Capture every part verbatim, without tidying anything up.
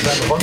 zijn begonnen.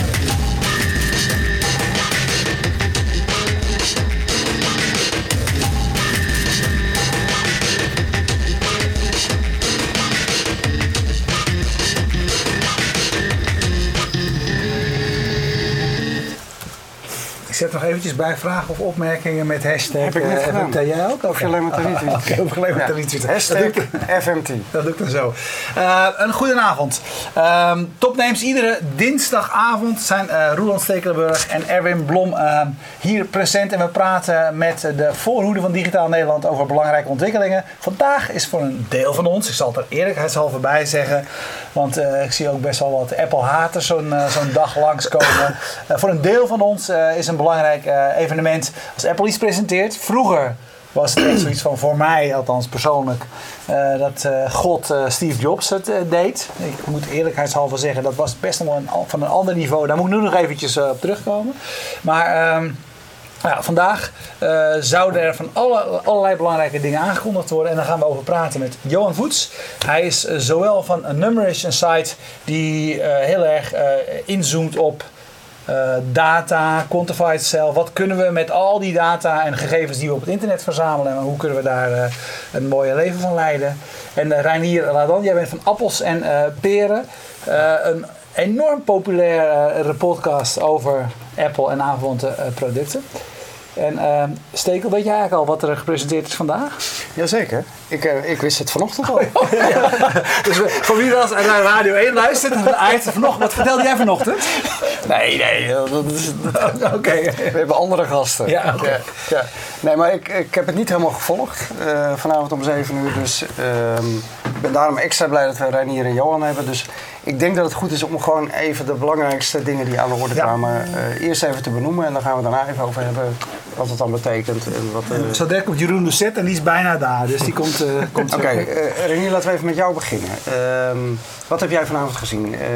Ik zet nog eventjes bij vragen of opmerkingen met hashtag. Heb ik net uh, gedaan. Jij ook? Of je alleen maar te retweeten. Oké, of je alleen maar te retweeten. Hashtag F M T. Dat doe ik dan zo. Uh, een goedenavond. Uh, Topnames iedere dinsdagavond zijn uh, Roeland Stekelenburg en Erwin Blom uh, hier present. En we praten met de voorhoede van Digitaal Nederland over belangrijke ontwikkelingen. Vandaag is voor een deel van ons, ik zal het er eerlijkheidshalve bij zeggen, want uh, ik zie ook best wel wat Apple-haters zo'n, uh, zo'n dag langskomen. Uh, voor een deel van ons uh, is een belangrijk uh, evenement als Apple iets presenteert. Vroeger was het echt zoiets van, voor mij althans persoonlijk, uh, dat uh, God uh, Steve Jobs het uh, deed. Ik moet eerlijkheidshalve zeggen, dat was best nog een, van een ander niveau. Daar moet ik nu nog eventjes uh, op terugkomen. Maar uh, ja, vandaag uh, zouden er van alle, allerlei belangrijke dingen aangekondigd worden. En daar gaan we over praten met Johan Voets. Hij is uh, zowel van Numberish, een site die uh, heel erg uh, inzoomt op Uh, data, quantified cell. Wat kunnen we met al die data en gegevens die we op het internet verzamelen en hoe kunnen we daar uh, een mooie leven van leiden. En uh, Reinier Ladan, jij bent van Appels en uh, Peren. Uh, een enorm populaire uh, podcast over Apple en aanverwante uh, producten. En uh, Stekel, weet jij eigenlijk al wat er gepresenteerd is vandaag? Jazeker. Ik, uh, ik wist het vanochtend al. Oh, ja. Dus uh, voor wie als naar Radio één luistert, vanochtend, wat vertelde jij vanochtend? Nee, nee. Dat is, Oké. Okay. We hebben andere gasten. Ja, okay. ja, ja. Nee, maar ik, ik heb het niet helemaal gevolgd. Uh, vanavond om zeven uur. Dus um, ik ben daarom extra blij dat we Reinier en Johan hebben. Dus ik denk dat het goed is om gewoon even de belangrijkste dingen die aan de orde kwamen uh, eerst even te benoemen. En dan gaan we daarna even over hebben wat het dan betekent. En wat, uh... Zo direct komt Jeroen Lucet en die is bijna daar. Dus die komt... Uh, komt Oké, okay, uh, Reinier, laten we even met jou beginnen. Uh, wat heb jij vanavond gezien uh,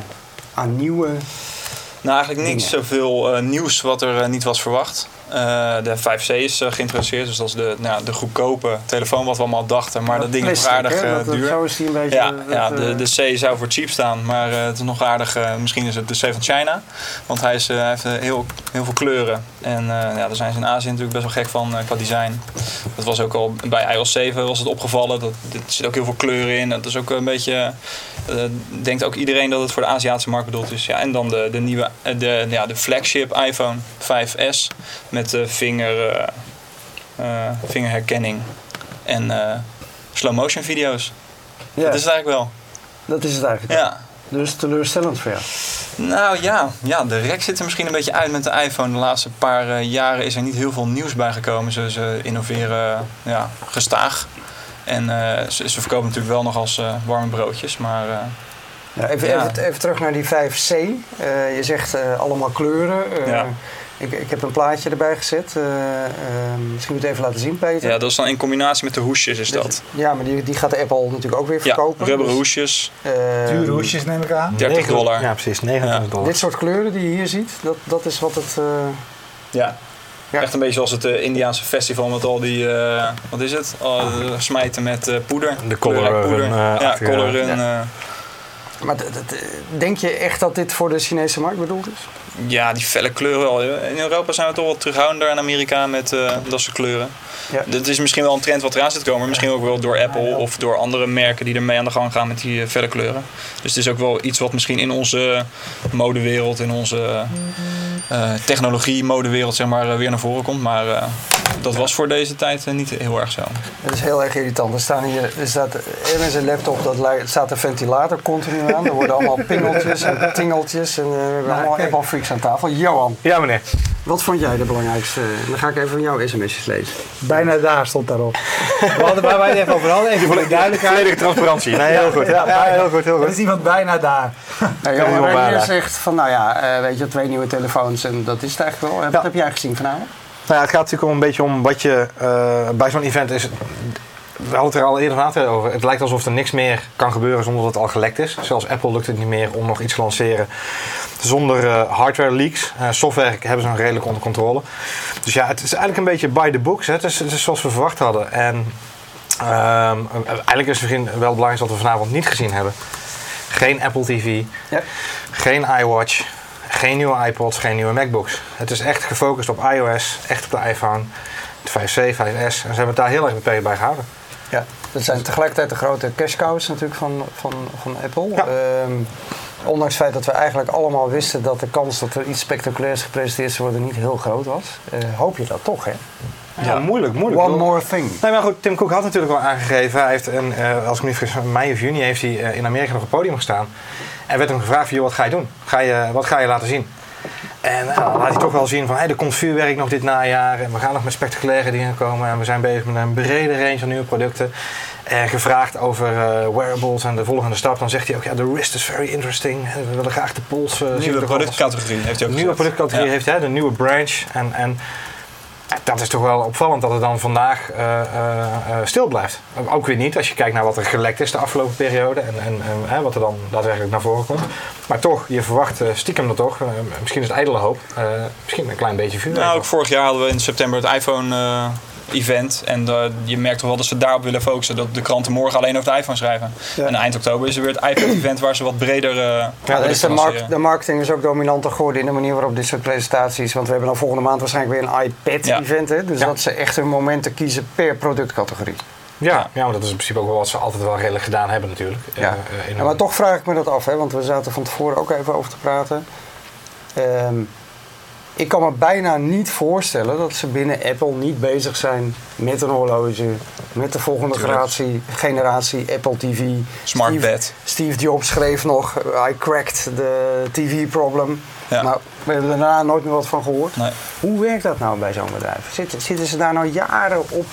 aan nieuwe... Nou, eigenlijk niks zoveel uh, nieuws wat er uh, niet was verwacht. Uh, de vijf C is uh, geïntroduceerd, dus dat is de, nou, de goedkope telefoon wat we allemaal dachten. Maar dat, dat ding is aardig uh, dat, duur. Zo is die een beetje... Ja, dat, ja de, de C zou voor cheap staan, maar uh, het is nog aardig. Uh, misschien is het de C van China, want hij, is, uh, hij heeft uh, heel, heel veel kleuren. En uh, ja, daar zijn ze in Azië natuurlijk best wel gek van uh, qua design. Dat was ook al bij i O S zeven was het opgevallen. Dat, er zit ook heel veel kleuren in. Dat is ook een beetje... Uh, denkt ook iedereen dat het voor de Aziatische markt bedoeld is. Ja, en dan de, de nieuwe, de, ja, de flagship iPhone vijf S met uh, vinger, uh, uh, vingerherkenning en uh, slow motion video's. Ja. Dat is het eigenlijk wel. Dat is het eigenlijk. Ja. Dus teleurstellend voor jou? Nou ja, ja, de rek zit er misschien een beetje uit met de iPhone. De laatste paar uh, jaren is er niet heel veel nieuws bijgekomen. Ze, ze innoveren ja, gestaag. En uh, ze, ze verkopen natuurlijk wel nog als uh, warme broodjes, maar... Uh, ja, even, ja. Even, even terug naar die vijf C. Uh, je zegt uh, allemaal kleuren. Uh, ja. ik, ik heb een plaatje erbij gezet. Uh, uh, misschien moet je het even laten zien, Peter. Ja, dat is dan in combinatie met de hoesjes is dat. Ja, maar die, die gaat de Apple natuurlijk ook weer verkopen. Ja, rubberen dus, hoesjes. Uh, Dure hoesjes neem ik aan. dertig dollar. Ja, precies. negenentwintig dollar. Dit soort kleuren die je hier ziet, dat, dat is wat het... Uh, ja. Ja. Echt een beetje zoals het uh, Indiaanse festival met al die, uh, wat is het? Uh, smijten met uh, poeder. De color run. Uh, ja, color run. Ja. Uh. Maar d- d- denk je echt dat dit voor de Chinese markt bedoeld is? Ja, die felle kleuren wel. In Europa zijn we toch wel terughoudender in Amerika met uh, dat soort kleuren. Ja. Dat is misschien wel een trend wat eraan zit te komen. Misschien ook wel door Apple of door andere merken die ermee aan de gang gaan met die uh, felle kleuren. Dus het is ook wel iets wat misschien in onze modewereld, in onze uh, technologie-modewereld zeg maar, uh, weer naar voren komt. Maar uh, dat was voor deze tijd uh, niet heel erg zo. Het is heel erg irritant. Er, staan hier, er staat in zijn laptop, dat staat de ventilator continu aan. Er worden allemaal pingeltjes en tingeltjes. En uh, we hebben nou, allemaal Apple freaks aan tafel. Johan. Ja, meneer. Wat vond jij de belangrijkste? Dan ga ik even van jouw sms'jes lezen. Bijna daar stond daarop. We hadden waar wij het even over hadden. Even voor de duidelijkheid. Volledige transparantie. Nee, heel goed. Ja, ja, heel goed, heel goed. Er is iemand bijna daar. Nou, Johan Reinier zegt van, nou ja, uh, weet je, twee nieuwe telefoons en dat is het eigenlijk wel. Wat ja. heb jij gezien vanavond? Nou ja, het gaat natuurlijk een beetje om wat je uh, bij zo'n event is. We hadden het er al eerder vanavond over. Het lijkt alsof er niks meer kan gebeuren zonder dat het al gelekt is. Zelfs Apple lukt het niet meer om nog iets te lanceren zonder uh, hardware leaks. Uh, software hebben ze nog redelijk onder controle. Dus ja, het is eigenlijk een beetje by the books. Hè. Het, is, het is zoals we verwacht hadden. En uh, eigenlijk is het misschien wel belangrijk wat we vanavond niet gezien hebben. Geen Apple T V. Ja. Geen iWatch. Geen nieuwe iPods, geen nieuwe MacBooks. Het is echt gefocust op iOS, echt op de iPhone, de vijf C, vijf S. En ze hebben het daar heel erg beperkt bij gehouden. Ja, dat zijn tegelijkertijd de grote cash cows natuurlijk van, van, van Apple. Ja. Um, ondanks het feit dat we eigenlijk allemaal wisten dat de kans dat er iets spectaculairs gepresenteerd zou worden niet heel groot was. Uh, hoop je dat toch, hè? Ja, ja, moeilijk, moeilijk. One more thing. Nee, maar goed, Tim Cook had natuurlijk al aangegeven. Hij heeft een, uh, als ik me niet vergis, in mei of juni heeft hij uh, in Amerika nog op het podium gestaan. En werd hem gevraagd, joh, wat ga je doen? Ga je, wat ga je laten zien? En uh, dan laat hij toch wel zien van, hey, er komt vuurwerk nog dit najaar. En we gaan nog met spectaculaire dingen komen. En we zijn bezig met een brede range van nieuwe producten. En gevraagd over uh, wearables en de volgende stap. Dan zegt hij ook, ja, de wrist is very interesting. We willen graag de pols uh, zien. Nieuwe productcategorie heeft hij ook Nieuwe gezegd. productcategorie ja. heeft hij, de nieuwe branch. En, en dat is toch wel opvallend dat het dan vandaag uh, uh, uh, stil blijft. Ook weer niet als je kijkt naar wat er gelekt is de afgelopen periode en, en, en uh, wat er dan daadwerkelijk naar voren komt. Maar toch, je verwacht uh, stiekem er toch, uh, misschien is het ijdele hoop, uh, misschien een klein beetje vuur. Nou, ook vorig jaar hadden we in september het iPhone uh, event en uh, je merkt toch wel dat ze daarop willen focussen, dat de kranten morgen alleen over de iPhone schrijven. Ja. En eind oktober is er weer het iPad event waar ze wat breder uh, ja, is de, markt, de marketing is ook dominanter geworden in de manier waarop dit soort presentaties, want we hebben dan volgende maand waarschijnlijk weer een iPad ja. event, hè? Dus ja. dat ze echt hun momenten kiezen per productcategorie. Ja, ja, maar dat is in principe ook wel wat ze altijd wel redelijk gedaan hebben natuurlijk. Ja. Uh, in ja, maar toch vraag ik me dat af, hè, want we zaten van tevoren ook even over te praten. Um, Ik kan me bijna niet voorstellen dat ze binnen Apple niet bezig zijn met een horloge, met de volgende generatie, generatie Apple T V. Smart Steve, bed. Steve Jobs schreef nog, I cracked the T V problem. Ja. Nou, we hebben er daarna nooit meer wat van gehoord. Nee. Hoe werkt dat nou bij zo'n bedrijf? Zitten, zitten ze daar nou jaren op?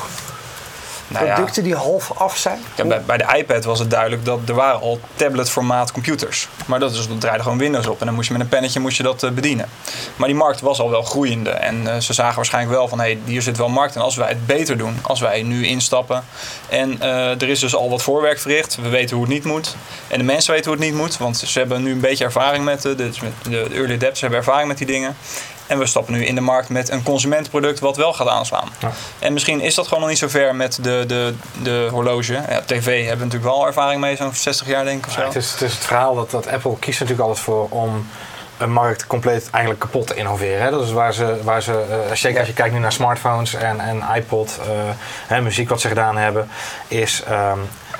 Nou ja. Producten die half af zijn? Ja, bij, bij de iPad was het duidelijk dat er waren al tablet-formaat computers. Maar dat, is, dat draaide gewoon Windows op. En dan moest je met een pennetje moest je dat uh, bedienen. Maar die markt was al wel groeiende. En uh, ze zagen waarschijnlijk wel van, hé, hey, hier zit wel markt. En als wij het beter doen, als wij nu instappen. En uh, er is dus al wat voorwerk verricht. We weten hoe het niet moet. En de mensen weten hoe het niet moet. Want ze hebben nu een beetje ervaring met, uh, de, de, de early adapters hebben ervaring met die dingen. En we stappen nu in de markt met een consumentenproduct wat wel gaat aanslaan. Ja. En misschien is dat gewoon nog niet zo ver met de, de, de horloge. Ja, tv hebben we natuurlijk wel ervaring mee, zo'n zestig jaar denk ik of zo. Ja, het, is, het is het verhaal dat, dat Apple kiest natuurlijk altijd voor om een markt compleet eigenlijk kapot te innoveren. Hè? Dat is waar ze, waar ze uh, zeker als je kijkt nu naar smartphones en, en iPod, uh, hè, muziek wat ze gedaan hebben, is Um,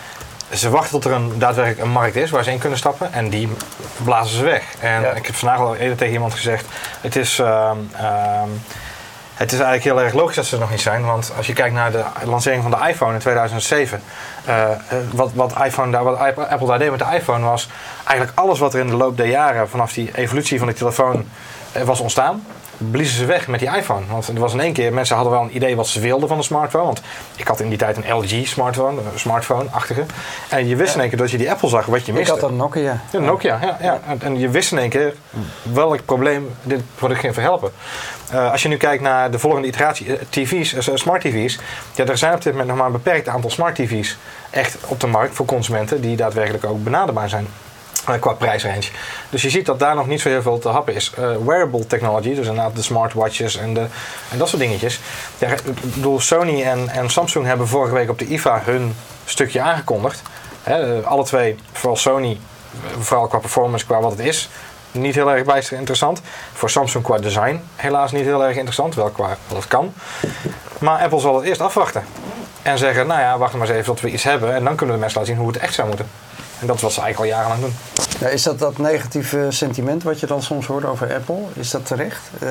ze wachten tot er een, daadwerkelijk een markt is waar ze in kunnen stappen en die blazen ze weg. En ja. ik heb vandaag al eerder tegen iemand gezegd, het is, uh, uh, het is eigenlijk heel erg logisch dat ze er nog niet zijn. Want als je kijkt naar de lancering van de iPhone in tweeduizend zeven, uh, wat, wat, iPhone daar, wat Apple daar deed met de iPhone was eigenlijk alles wat er in de loop der jaren vanaf die evolutie van de telefoon uh, was ontstaan, bliezen ze weg met die iPhone. Want er was in één keer, mensen hadden wel een idee wat ze wilden van een smartphone. Want ik had in die tijd een L G smartphone, een smartphone-achtige. En je wist ja. in één keer dat je die Apple zag, wat je miste. Ik had een Nokia. Ja, een Nokia, ja. ja. En je wist in één keer welk probleem dit product ging verhelpen. Uh, als je nu kijkt naar de volgende iteratie, uh, T V's, uh, smart T V's. Ja, er zijn op dit moment nog maar een beperkt aantal smart T V's echt op de markt voor consumenten die daadwerkelijk ook benaderbaar zijn. Uh, qua prijsrange. Dus je ziet dat daar nog niet zo heel veel te happen is. Uh, wearable technology, dus inderdaad de smartwatches en, de, en dat soort dingetjes. Ja, ik bedoel, Sony en, en Samsung hebben vorige week op de I F A hun stukje aangekondigd. He, uh, alle twee, vooral Sony, vooral qua performance, qua wat het is, niet heel erg bijster interessant. Voor Samsung qua design helaas niet heel erg interessant, wel qua wat het kan. Maar Apple zal het eerst afwachten. En zeggen, nou ja, wacht maar eens even tot we iets hebben en dan kunnen we de mensen laten zien hoe het echt zou moeten. En dat is wat ze eigenlijk al jarenlang doen. Ja, is dat dat negatieve sentiment wat je dan soms hoort over Apple? Is dat terecht? Uh,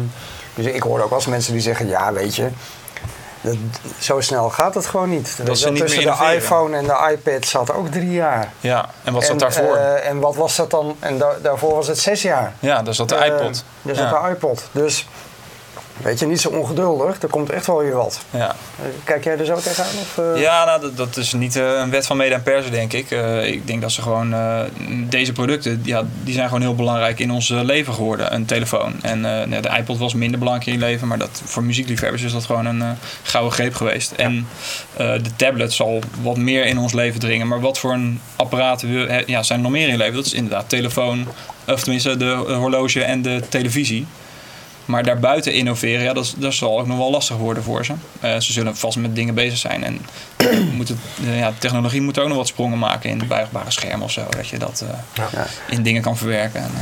dus ik hoor ook wel eens mensen die zeggen, ja weet je, dat, zo snel gaat het gewoon niet. Dat ze niet tussen meer de iPhone en de iPad zat ook drie jaar. Ja, en wat zat en, daarvoor? Uh, en wat was dat dan? En da- daarvoor was het zes jaar. Ja, daar zat de uh, iPod. Daar zat ja. de iPod. Dus weet je, niet zo ongeduldig. Er komt echt wel weer wat. Ja. Kijk jij er zo tegenaan? Of, uh... Ja, nou, dat, dat is niet uh, een wet van mede en persen, denk ik. Uh, ik denk dat ze gewoon... Uh, deze producten, ja, die zijn gewoon heel belangrijk in ons leven geworden. Een telefoon. En uh, de iPod was minder belangrijk in je leven. Maar dat, voor muziekliefhebbers is dat gewoon een uh, gouden greep geweest. En uh, de tablet zal wat meer in ons leven dringen. Maar wat voor een apparaat ja, zijn er nog meer in je leven? Dat is inderdaad telefoon. Of tenminste de horloge en de televisie. Maar daarbuiten innoveren, ja, dat, dat zal ook nog wel lastig worden voor ze. Uh, ze zullen vast met dingen bezig zijn. En uh, moet het, uh, ja, technologie moet ook nog wat sprongen maken in de buigbare schermen of zo. Dat je dat uh, ja. in dingen kan verwerken. En, uh.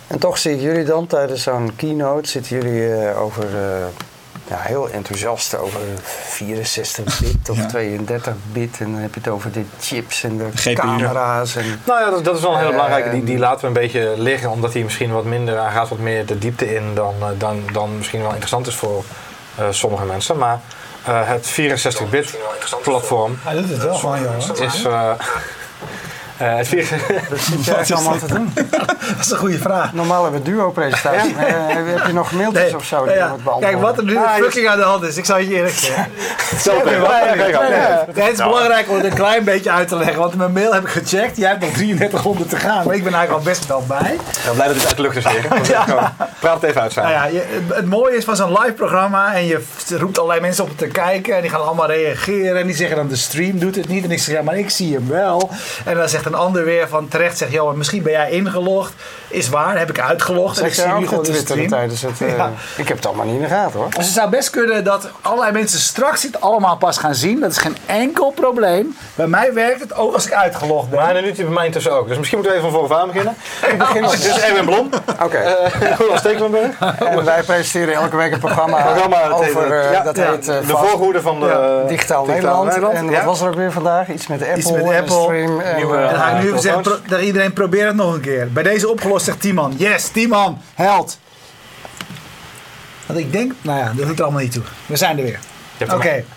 En toch zie ik jullie dan tijdens zo'n keynote, zitten jullie uh, over, uh, ja, heel enthousiast over vierenzestig bit of ja. tweeëndertig bit. En dan heb je het over de chips en de G P U. camera's. En, Nou ja, dat, dat is wel een hele Uh, belangrijke. Die, die laten we een beetje liggen, omdat hij misschien wat minder, hij gaat wat meer de diepte in dan, uh, dan, dan misschien wel interessant is voor uh, sommige mensen. Maar uh, het vierenzestig bit platform Hij doet het wel gewoon, joh. is... Uh, Uh, het vier... dat zit je echt allemaal te doen. Dat is een goede vraag. Normaal hebben we duo-presentatie. Ja. Uh, heb je nog mailtjes Nee, of zo? ja, Die ja. je moet beantwoorden? Kijk, wat er nu Ah, fucking aan de hand is, ik zal het je eerlijk zeggen. Hetzelfde. Ja, Ja, ja, ja, ja, ja. Nee, het is belangrijk om het een klein beetje uit te leggen, want mijn mail heb ik gecheckt. Jij hebt nog drieëndertighonderd te gaan, maar ik ben eigenlijk al best wel bij. Ik ben blij dat het uit de lucht is, heren. Ja. Praat het even uit, Nou Simon. ja, je, het, het mooie is van zo'n live programma en je roept allerlei mensen op te kijken en die gaan allemaal reageren en die zeggen dan de stream doet het niet en ik zeg ja, maar ik zie hem wel. En dan zegt een ander weer van terecht zegt joh, misschien ben jij ingelogd. Is waar, heb ik uitgelogd en ik Zeg zie jij nu ook gewoon de getwitterd stream. tijdens het... Uh, Ja. Ik heb het allemaal niet in de gaten hoor. Dus het zou best kunnen dat allerlei mensen straks dit allemaal pas gaan zien. Dat is geen enkel probleem. Bij mij werkt het ook als ik uitgelogd ben. Maar nu doet hij bij mij intussen ook. Dus misschien moeten we even van vooraf aan beginnen. Ik begin als dit is Erwin Blom. Oké. Uh, Roland Stekelenburg. En wij presenteren elke week een programma, Programma, het heet- over, uh, ja, dat ja. heet uh, De vast- voorhoede van de Ja. Digitaal Nederland. En wat ja. was er ook weer vandaag? Iets met Apple. Iets met en Apple. Stream. En, Nieuwe- uh, En dan ga ik nu even Ja, zeggen pro- tegen iedereen, probeer het nog een keer. Bij deze opgelost zegt Timon, yes, Timon, held. Want ik denk, nou ja, dat doet er allemaal niet toe. We zijn er weer. hebt Oké. hem.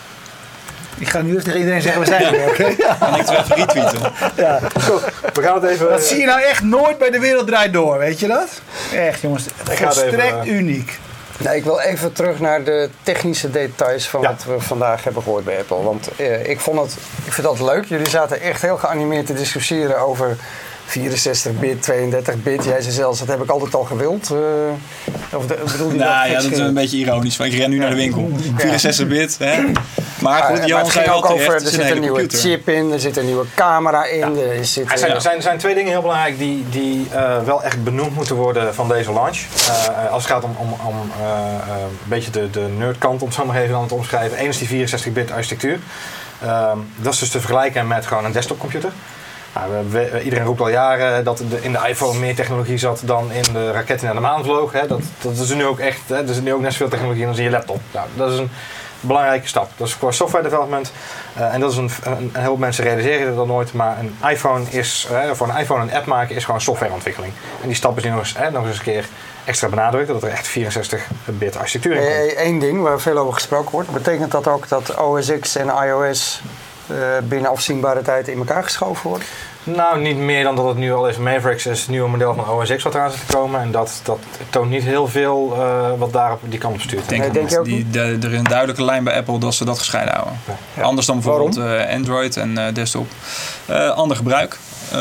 Ik ga nu even tegen iedereen zeggen, we zijn er weer, oké? Kan ik het even retweeten? Ja. Zo, we gaan het even... Dat zie je nou echt nooit bij De Wereld Draait Door, weet je dat? Echt jongens, ga het even, volstrekt uh, uniek. Nou, ik wil even terug naar de technische details van Ja. wat we vandaag hebben gehoord bij Apple. Want uh, ik, vond het, ik vind dat leuk. Jullie zaten echt heel geanimeerd te discussiëren over vierenzestig bit, tweeëndertig bit. Jij zei zelfs, dat heb ik altijd al gewild. Uh, of de, bedoel je Nou ja, dat is gekscherend? een beetje ironisch. Want ik ren nu naar de winkel. vierenzestig bit. Hè? Maar goed, Ah, maar Johan het zei ging wel ook over, terecht, er het is zit een een hele nieuwe computer. chip in, er zit een nieuwe camera in. Er zit, Er zijn, uh, er, zijn, er zijn twee dingen heel belangrijk die, die uh, wel echt benoemd moeten worden van deze launch. Uh, als het gaat om, om, om uh, uh, een beetje de, de nerdkant, om het zo maar even aan te omschrijven. Eén is die vierenzestig bit architectuur. Uh, dat is dus te vergelijken met gewoon een desktopcomputer. Nou, we, we, iedereen roept al jaren dat de, in de iPhone meer technologie zat dan in de raket die naar de maan vloog. Hè. Dat, dat is er nu ook echt. Hè. Er zit nu ook net zoveel technologie in als in je laptop. Nou, dat is een belangrijke stap. Dat is voor software development. Uh, en dat is een, een, een heel mensen realiseren dat nooit. Maar een iPhone is, uh, voor een iPhone een app maken is gewoon softwareontwikkeling. En die stap is nu nog eens, uh, nog eens een keer extra benadrukt. Dat er echt vierenzestig bit architectuur in komt. Eén ding waar veel over gesproken wordt. Betekent dat ook dat O S X en iOS uh, binnen afzienbare tijd in elkaar geschoven worden? Nou, niet meer dan dat het nu al is. Mavericks is het nieuwe model van O S X wat eraan zit te komen. En dat, dat toont niet heel veel uh, wat daar op die kant op stuurt. Ik denk, Nee, denk je dat ook die, de, er is een duidelijke lijn bij Apple dat ze dat gescheiden houden. Ja. Anders dan bijvoorbeeld uh, Android en uh, desktop. Uh, ander gebruik.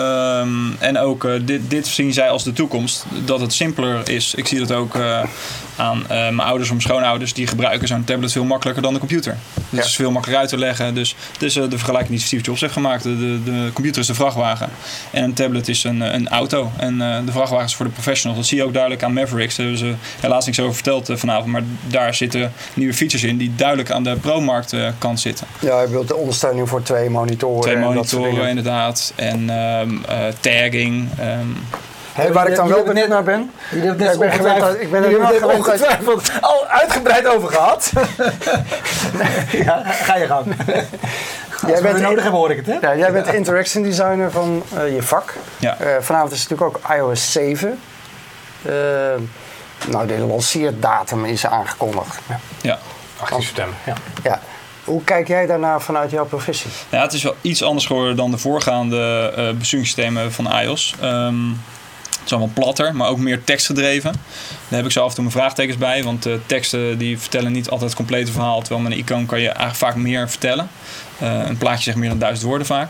Um, en ook uh, dit, dit zien zij als de toekomst. Dat het simpeler is. Ik zie dat ook uh, aan uh, mijn ouders of mijn schoonouders. Die gebruiken zo'n tablet veel makkelijker dan de computer. Dus Ja. het is veel makkelijker uit te leggen. Dus het is uh, de vergelijking die Steve Jobs heeft gemaakt. De, de, de computer is de vrachtwagen. En een tablet is een, een auto. En uh, de vrachtwagen is voor de professionals. Dat zie je ook duidelijk aan Mavericks. Daar hebben ze helaas niks over verteld uh, vanavond. Maar daar zitten nieuwe features in. Die duidelijk aan de pro-markt uh, kant zitten. Ja, je wilt de ondersteuning voor twee monitoren. Twee en dat soort monitoren dingen. inderdaad. En um, uh, tagging. Um, Hey, waar ik dan wel benieuwd naar ben. Jullie hebben Ja, het ik ben net gewend, ongetwijfeld- ik ben er jullie helemaal hebben het gewend. ongetwijfeld al uitgebreid over gehad. Ja, ga je gang. Als Jij we bent, het nodig hebben, hoor ik het, hè? ja, jij bent interaction designer van uh, je vak. ja. Uh, vanavond is natuurlijk ook iOS zeven. Uh, nou, de lanceerdatum is aangekondigd. ja. achttien september. Ja. Ja. Hoe kijk jij daarna vanuit jouw professie? Ja, het is wel iets anders geworden dan de voorgaande uh, besturingssystemen van iOS. Um, het is allemaal platter, maar ook meer tekstgedreven. Daar heb ik zo af en toe mijn vraagtekens bij. Want uh, teksten die vertellen niet altijd het complete verhaal. Terwijl met een icoon kan je eigenlijk vaak meer vertellen. Uh, een plaatje zegt meer dan duizend woorden vaak.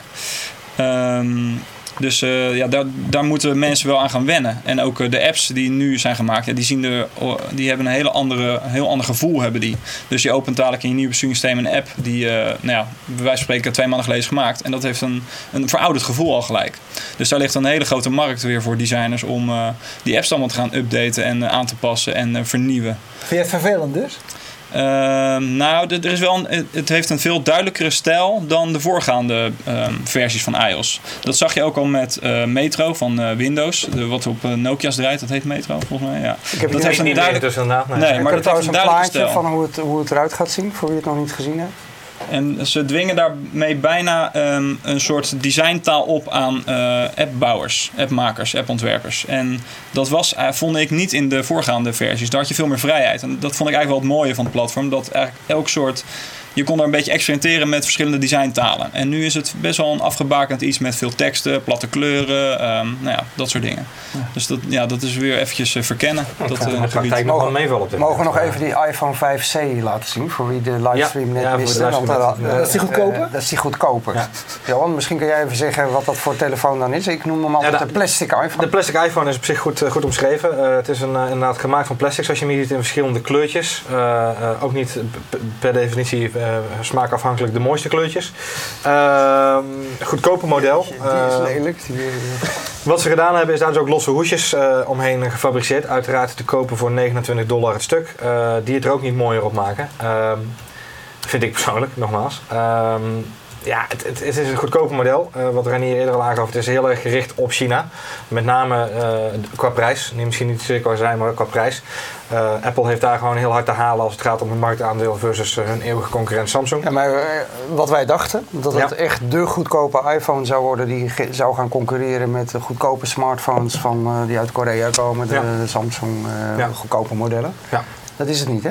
Um, Dus uh, ja, daar, daar moeten mensen wel aan gaan wennen. En ook uh, de apps die nu zijn gemaakt, ja, die, zien de, die hebben een hele andere, heel ander gevoel. Hebben die. Dus je opent dadelijk in je nieuwe besturingssysteem een app die, uh, nou ja, bij wijze van spreken twee maanden geleden is gemaakt. En dat heeft een, een verouderd gevoel al gelijk. Dus daar ligt een hele grote markt weer voor designers om uh, die apps allemaal te gaan updaten en uh, aan te passen en uh, vernieuwen. Vind je het vervelend dus? Uh, nou, d- er is wel een, het heeft een veel duidelijkere stijl dan de voorgaande uh, versies van iOS. Dat zag je ook al met uh, Metro van uh, Windows. De, wat op uh, Nokia's draait, dat heet Metro volgens mij. Ja. Ik heb dat heeft een duidelijk... dus inderdaad. Nee, nee maar het dat heeft een een duidelijke plaatje stijl. van hoe het, hoe het eruit gaat zien, voor wie het nog niet gezien heeft. En ze dwingen daarmee bijna um, een soort designtaal op aan uh, appbouwers, appmakers, appontwerpers. En dat was, uh, vond ik, niet in de voorgaande versies. Daar had je veel meer vrijheid. En dat vond ik eigenlijk wel het mooie van het platform. Dat eigenlijk elk soort... Je kon daar een beetje experimenteren met verschillende designtalen. En nu is het best wel een afgebakend iets met veel teksten, platte kleuren, um, nou ja, dat soort dingen. Ja. Dus dat, ja, dat is weer eventjes uh, verkennen. Ja, dat, uh, uh, de praktijk nog wel meevallen op dit Mogen we nog ja. even die iPhone vijf C laten zien, voor wie de livestream ja, net ja, miste? Want, uh, uh, dat is die goedkoper? Uh, dat is die goedkoper. Ja. Johan, misschien kun jij even zeggen wat dat voor telefoon dan is. Ik noem hem altijd ja, de, de plastic iPhone. De plastic iPhone is op zich goed, uh, goed omschreven. Uh, het is een, uh, inderdaad gemaakt van plastic, zoals je hem ziet, in verschillende kleurtjes. Uh, uh, ook niet p- per definitie uh, smaakafhankelijk de mooiste kleurtjes. Uh, goedkope model. Die is lelijk. Die, uh, wat ze gedaan hebben is daar dus ook losse hoesjes uh, omheen gefabriceerd. Uiteraard te kopen voor negenentwintig dollar het stuk. Uh, die het er ook niet mooier op maken. Uh, vind ik persoonlijk, nogmaals. Uh, Ja, het, het, het is een goedkope model. Uh, wat Reinier eerder al aangaf, het is heel erg gericht op China. Met name uh, qua prijs. Nee, misschien niet zeker qua zijn, maar qua prijs. Uh, Apple heeft daar gewoon heel hard te halen als het gaat om hun marktaandeel versus uh, hun eeuwige concurrent Samsung. Ja, maar uh, wat wij dachten, dat het ja. echt de goedkope iPhone zou worden die ge- zou gaan concurreren met de goedkope smartphones van, uh, die uit Korea komen. De, ja. de Samsung uh, ja. goedkope modellen. Ja. Dat is het niet, hè?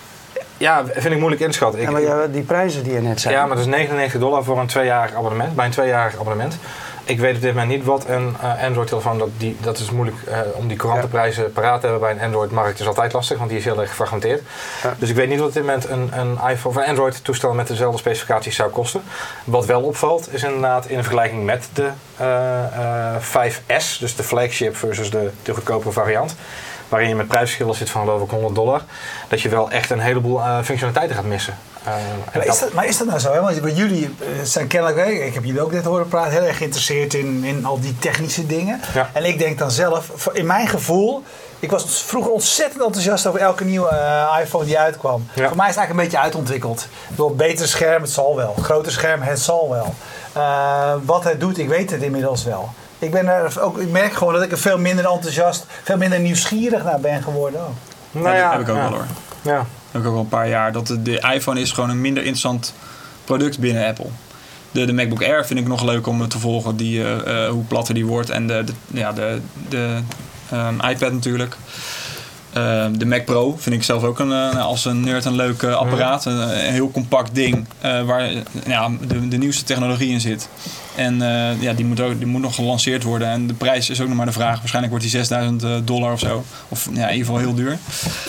Ja, vind ik moeilijk inschatten. Ik, ja, maar ja, die prijzen die je net zei. Ja, maar dat is negenennegentig dollar voor een tweejarig abonnement. Bij een tweejarig abonnement. Ik weet op dit moment niet wat een uh, Android-telefoon... Dat, die, dat is moeilijk uh, om die courante prijzen ja. paraat te hebben bij een Android-markt. is altijd lastig, want die is heel erg gefragmenteerd. Ja. Dus ik weet niet wat op dit moment een, een iPhone of een Android-toestel... met dezelfde specificaties zou kosten. Wat wel opvalt, is inderdaad in vergelijking met de uh, uh, vijf S... dus de flagship versus de, de goedkope variant... waarin je met prijsverschillen zit van geloof ik honderd dollar... dat je wel echt een heleboel uh, functionaliteiten gaat missen. Uh, maar, is dat, maar is dat nou zo? Hè? Want jullie uh, zijn kennelijk, ik heb jullie ook net horen praten... heel erg geïnteresseerd in, in al die technische dingen. Ja. En ik denk dan zelf, in mijn gevoel... Ik was vroeger ontzettend enthousiast over elke nieuwe uh, iPhone die uitkwam. Ja. Voor mij is het eigenlijk een beetje uitontwikkeld. Door een betere scherm, het zal wel. Groter scherm, het zal wel. Uh, wat het doet, ik weet het inmiddels wel. Ik, ben er ook, ik merk gewoon dat ik er veel minder enthousiast, veel minder nieuwsgierig naar ben geworden. Oh. Nou ja, dat heb ik ook ja. wel hoor. Ja. Dat heb ik ook al een paar jaar. Dat de, de iPhone is gewoon een minder interessant product binnen Apple. De, de MacBook Air vind ik nog leuk om te volgen, die, uh, uh, hoe platter die wordt. En de, de, ja, de, de um, iPad natuurlijk. Uh, de Mac Pro vind ik zelf ook een, uh, als een nerd een leuk uh, apparaat. Een, een heel compact ding uh, waar uh, ja, de, de nieuwste technologie in zit. En uh, ja, die moet, ook, die moet nog gelanceerd worden. En de prijs is ook nog maar de vraag. Waarschijnlijk wordt die zesduizend dollar of zo. Of ja, in ieder geval heel duur.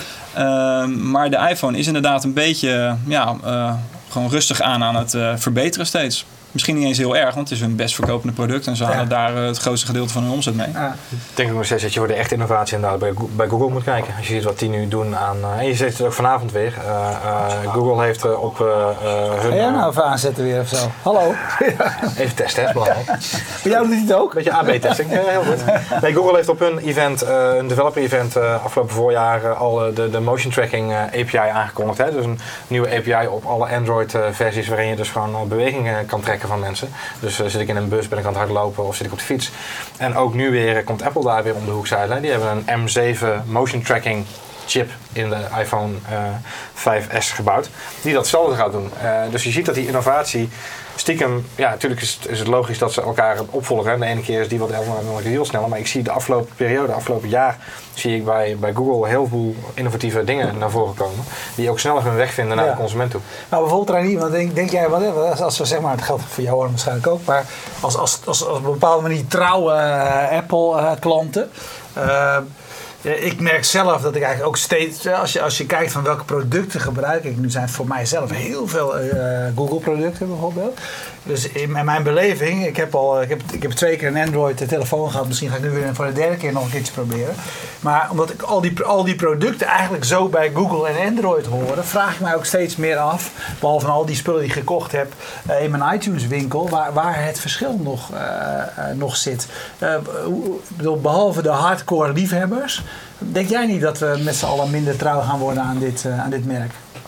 Uh, maar de iPhone is inderdaad een beetje ja, uh, gewoon rustig aan aan het uh, verbeteren steeds. Misschien niet eens heel erg, want het is hun best verkopende product en ze halen ja. daar uh, het grootste gedeelte van hun omzet mee. Ja. Ik denk ook nog steeds dat je voor de echte innovatie inderdaad bij, bij Google moet kijken. Als je ziet wat die nu doen aan... Uh, en je ziet het ook vanavond weer. Uh, uh, Google heeft uh, op uh, uh, hun... Ga jij nou even aanzetten weer of zo? Hallo? Even testen, hè, is belangrijk. Bij jou doet hij het ook? Beetje A B testing, uh, heel goed. Nee, Google heeft op hun event, uh, een developer event uh, afgelopen voorjaar uh, al uh, de, de motion tracking uh, A P I aangekondigd. Hè? Dus een nieuwe A P I op alle Android uh, versies waarin je dus gewoon uh, bewegingen kan trekken van mensen. Dus uh, zit ik in een bus, ben ik aan het hardlopen of zit ik op de fiets. En ook nu weer komt Apple daar weer om de hoek zeilen. Die hebben een M zeven motion tracking chip in de iPhone uh, vijf S gebouwd. Die datzelfde gaat doen. Uh, dus je ziet dat die innovatie stiekem... Ja, natuurlijk is het, is het logisch dat ze elkaar opvolgen. De ene keer is die wat sneller, de andere keer heel sneller. Maar ik zie de afgelopen periode, afgelopen jaar... zie ik bij, bij Google heel veel innovatieve dingen naar voren komen. Die ook sneller hun weg vinden naar ja. de consument toe. Nou, bijvoorbeeld Reinier, want denk, denk jij... Wat, als we zeg maar, het geldt voor jou waarschijnlijk ook... maar als, als, als, als op een bepaalde manier trouwe uh, Apple-klanten... Uh, Ik merk zelf dat ik eigenlijk ook steeds, als je, als je kijkt van welke producten gebruik ik, nu zijn het voor mijzelf heel veel uh, Google producten bijvoorbeeld. Dus in mijn beleving, ik heb al, ik heb, ik heb twee keer een Android telefoon gehad, misschien ga ik nu weer voor de derde keer nog een keertje proberen. Maar omdat ik al die, al die producten eigenlijk zo bij Google en Android horen, vraag ik mij ook steeds meer af, behalve van al die spullen die ik gekocht heb uh, in mijn iTunes winkel, waar, waar het verschil nog, uh, uh, nog zit. Uh, bedoel, behalve de hardcore liefhebbers, denk jij niet dat we met z'n allen minder trouw gaan worden aan dit, uh, aan dit merk?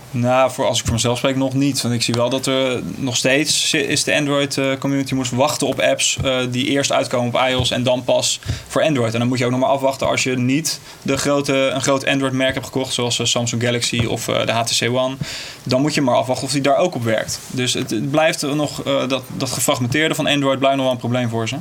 Nou, voor, als ik voor mezelf spreek, nog niet. Want ik zie wel dat er nog steeds is de Android-community moest wachten op apps uh, die eerst uitkomen op iOS en dan pas voor Android. En dan moet je ook nog maar afwachten als je niet de grote, een groot Android-merk hebt gekocht, zoals uh, Samsung Galaxy of uh, de H T C One. Dan moet je maar afwachten of die daar ook op werkt. Dus het, het blijft nog, uh, dat, dat gefragmenteerde van Android blijft nog wel een probleem voor ze.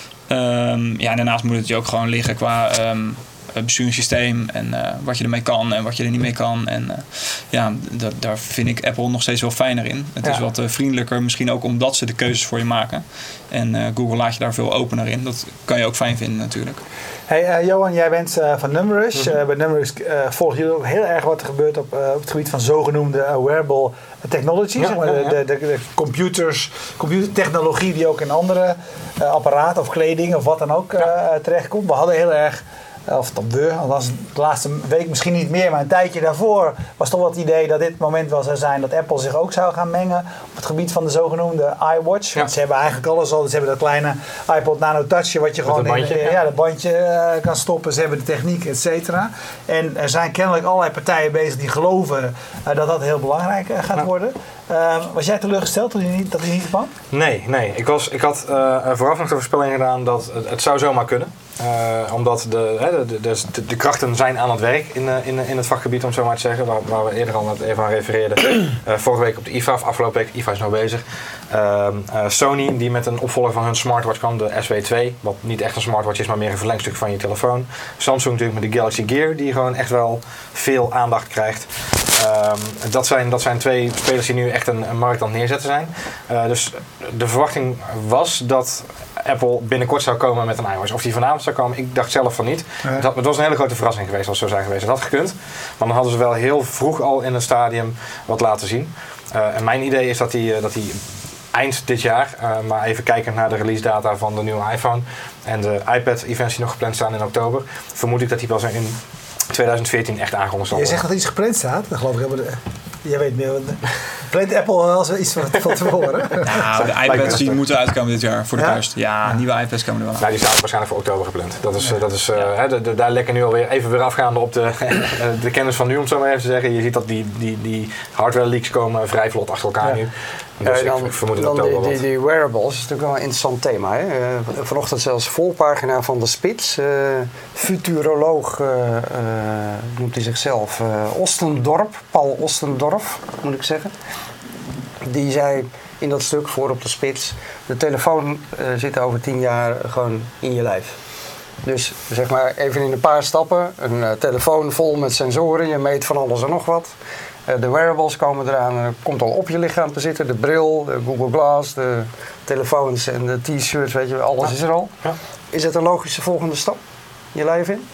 Um, ja, en daarnaast moet het je ook gewoon liggen qua um, besturingssysteem en uh, wat je ermee kan en wat je er niet mee kan. En uh, ja, dat, daar vind ik Apple nog steeds wel fijner in. Het ja. is wat uh, vriendelijker, misschien ook omdat ze de keuzes voor je maken. En uh, Google laat je daar veel opener in. Dat kan je ook fijn vinden natuurlijk. Hey uh, Johan, jij bent uh, van Numerous. Mm-hmm. Uh, bij Numerous uh, volgen jullie ook heel erg wat er gebeurt op, uh, op het gebied van zogenoemde uh, wearable technology. Ja, zeg maar, ja, ja. De, de, de computers, computertechnologie die ook in andere uh, apparaten of kleding of wat dan ook uh, ja. terechtkomt. We hadden heel erg, of dan we, althans de laatste week misschien niet meer, maar een tijdje daarvoor was toch wel het idee dat dit het moment wel zou zijn dat Apple zich ook zou gaan mengen op het gebied van de zogenoemde iWatch. Ja. Want ze hebben eigenlijk alles al. Ze hebben dat kleine iPod Nano Touchje wat je Met gewoon in bandje, ja. Ja, dat bandje uh, kan stoppen. Ze hebben de techniek, et cetera. En er zijn kennelijk allerlei partijen bezig die geloven uh, dat dat heel belangrijk uh, gaat ja. worden. Uh, was jij teleurgesteld toen je niet, dat hij niet kwam? Nee, nee. Ik, was, ik had uh, vooraf nog de voorspelling gedaan dat het, het zou zomaar kunnen. Uh, omdat de, de, de, de, de krachten zijn aan het werk in, in, in het vakgebied, om het zo maar te zeggen. Waar, waar we eerder al even aan refereerden. Uh, vorige week op de I F A, of afgelopen week, I F A is nog bezig. Uh, uh, Sony, die met een opvolger van hun smartwatch kwam, de S W twee. Wat niet echt een smartwatch is, maar meer een verlengstuk van je telefoon. Samsung natuurlijk met de Galaxy Gear, die gewoon echt wel veel aandacht krijgt. Um, dat, zijn, dat zijn twee spelers die nu echt een, een markt aan het neerzetten zijn. Uh, dus de verwachting was dat Apple binnenkort zou komen met een iWatch. Of die vanavond zou komen, ik dacht zelf van niet. Ja. Het, had, het was een hele grote verrassing geweest als het zo zijn geweest. Dat had gekund. Maar dan hadden ze wel heel vroeg al in het stadium wat laten zien. Uh, en mijn idee is dat die, uh, dat die eind dit jaar, uh, maar even kijkend naar de release data van de nieuwe iPhone en de iPad-events die nog gepland staan in oktober, vermoed ik dat die wel zijn in twintig veertien echt aangekondigd zal worden. Je zegt dat er iets gepland staat, dan geloof ik helemaal. Jij weet meer. Plant Apple wel eens iets van, van tevoren? Nou, de iPads die moeten uitkomen dit jaar voor de ja? kerst. Ja, ja, nieuwe iPads komen er wel. Nou, die staan waarschijnlijk voor oktober gepland. Dat is, ja. dat is, uh, ja. hè, de, de, daar lekker nu alweer even weer afgaande op de, de kennis van nu, om het zo maar even te zeggen. Je ziet dat die, die, die hardware leaks komen vrij vlot achter elkaar ja. nu. Dus uh, dan, ik vermoed dan die, die, die wearables is natuurlijk wel een interessant thema. Hè? Uh, vanochtend zelfs voorpagina van de Spits. Uh, futuroloog uh, uh, noemt hij zichzelf. Uh, Ostendorp, Paul Ostendorf moet ik zeggen. Die zei in dat stuk voor op de Spits: de telefoon uh, zit over tien jaar gewoon in je lijf. Dus zeg maar even in een paar stappen. Een uh, telefoon vol met sensoren. Je meet van alles en nog wat. Uh, de wearables komen eraan. Er komt al op je lichaam te zitten. De bril, de Google Glass, de telefoons en de t-shirts. Weet je, alles ja. is er al. Ja. Is het een logische volgende stap? Je lijf in?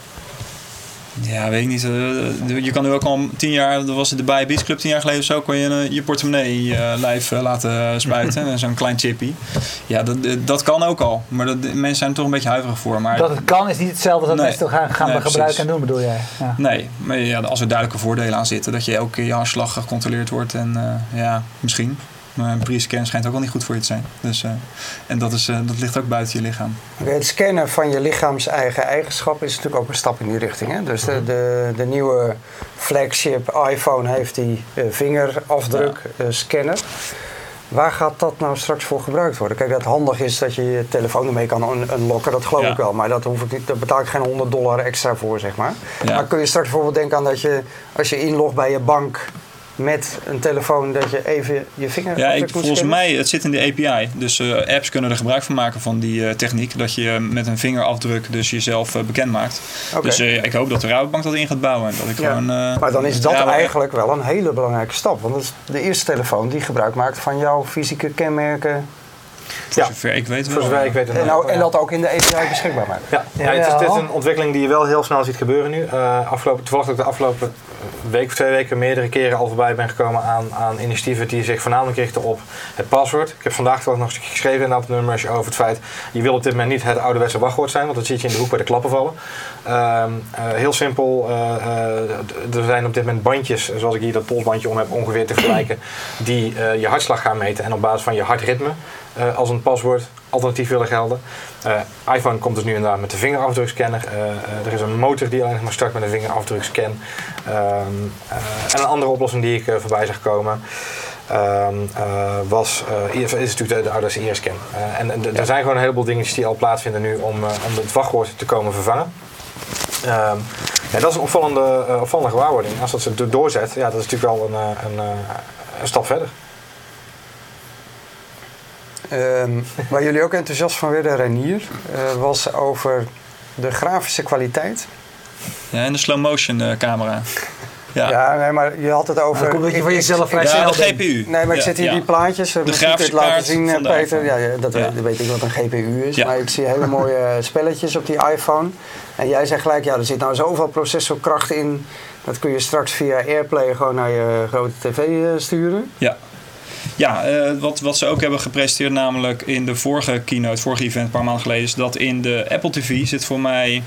Ja, weet ik niet. Je kan nu ook al tien jaar, dat was het de Bij Beats Club tien jaar geleden of zo, kon je je portemonnee in je lijf laten spuiten. En zo'n klein chippy. Ja, dat, dat kan ook al. Maar dat, mensen zijn er toch een beetje huiverig voor. Maar dat het kan is niet hetzelfde als dat nee, mensen gaan, gaan nee, gebruiken en doen, bedoel jij? Ja. Nee, maar ja, als er duidelijke voordelen aan zitten, dat je elke keer je hartslag gecontroleerd wordt. En uh, ja, misschien. Maar een pre-scan schijnt ook wel niet goed voor je te zijn. Dus, uh, en dat, is, uh, dat ligt ook buiten je lichaam. Okay, het scannen van je lichaams eigen eigenschappen is natuurlijk ook een stap in die richting. Hè? Dus de, de, de nieuwe flagship iPhone heeft die uh, vingerafdruk ja. uh, scanner. Waar gaat dat nou straks voor gebruikt worden? Kijk, dat handig is dat je je telefoon ermee kan un- unlocken, dat geloof ja. ik wel. Maar dat hoef ik niet, daar betaal ik geen honderd dollar extra voor, zeg maar. Ja. Maar kun je straks bijvoorbeeld denken aan dat je, als je inlogt bij je bank met een telefoon, dat je even je vinger ja, ik, volgens scannen? mij, het zit in de A P I. Dus uh, apps kunnen er gebruik van maken van die uh, techniek. Dat je met een vingerafdruk dus jezelf uh, bekend maakt. Okay. Dus uh, ik hoop dat de Rabobank dat in gaat bouwen. En dat ik ja. gewoon, uh, maar dan is dat ja, eigenlijk wel een hele belangrijke stap. Want dat is de eerste telefoon die gebruik maakt van jouw fysieke kenmerken. Voor ja. zover ik weet wel. Voor zover ik weet en, nou, en dat ook in de A P I beschikbaar maken. Ja, ja, ja, het, is, het is een ontwikkeling die je wel heel snel ziet gebeuren nu. Uh, afgelopen, toevallig ook de afgelopen week of twee weken meerdere keren al voorbij ben gekomen aan, aan initiatieven die zich voornamelijk richten op het paswoord. Ik heb vandaag toch nog een stukje geschreven in dat nummer over het feit, je wil op dit moment niet het ouderwetse wachtwoord zijn, want dat zie je in de hoek bij de klappen vallen. Uh, uh, heel simpel, uh, uh, er zijn op dit moment bandjes, zoals ik hier dat polsbandje om heb, ongeveer te vergelijken, die uh, je hartslag gaan meten en op basis van je hartritme uh, als een paswoord alternatief willen gelden. Uh, iPhone komt dus nu inderdaad met de vingerafdrukscanner. Uh, uh, er is een motor die alleen maar start met een vingerafdrukscan. Uh, uh, en een andere oplossing die ik uh, voorbij zag komen uh, uh, was, uh, is natuurlijk de, de ouderwetse iris-scan. Uh, en d- er zijn gewoon een heleboel dingetjes die al plaatsvinden nu om, uh, om het wachtwoord te komen vervangen. Uh, ja, dat is een opvallende, uh, opvallende gewaarwording. Als dat ze doorzet, ja, dat is natuurlijk wel een, een, een, een stap verder. Um, waar jullie ook enthousiast van werden, Reinier, uh, was over de grafische kwaliteit. Ja, en de slow motion uh, camera. Ja. ja, nee, maar je had het over... Dat komt een beetje van jezelf vrij snel. Ja, de G P U. Nee, maar ik ja, zit hier ja. die plaatjes. De Misschien kun je het laten zien, Peter. Ja, ja, dat ja. Weet, weet ik wat een G P U is. Ja. Maar ik zie hele mooie spelletjes op die iPhone. En jij zegt gelijk, ja, er zit nou zoveel processorkracht in. Dat kun je straks via AirPlay gewoon naar je grote tv sturen. Ja. Ja, uh, wat, wat ze ook hebben gepresenteerd, namelijk in de vorige keynote, vorige event, een paar maanden geleden, is dat in de Apple T V zit voor mij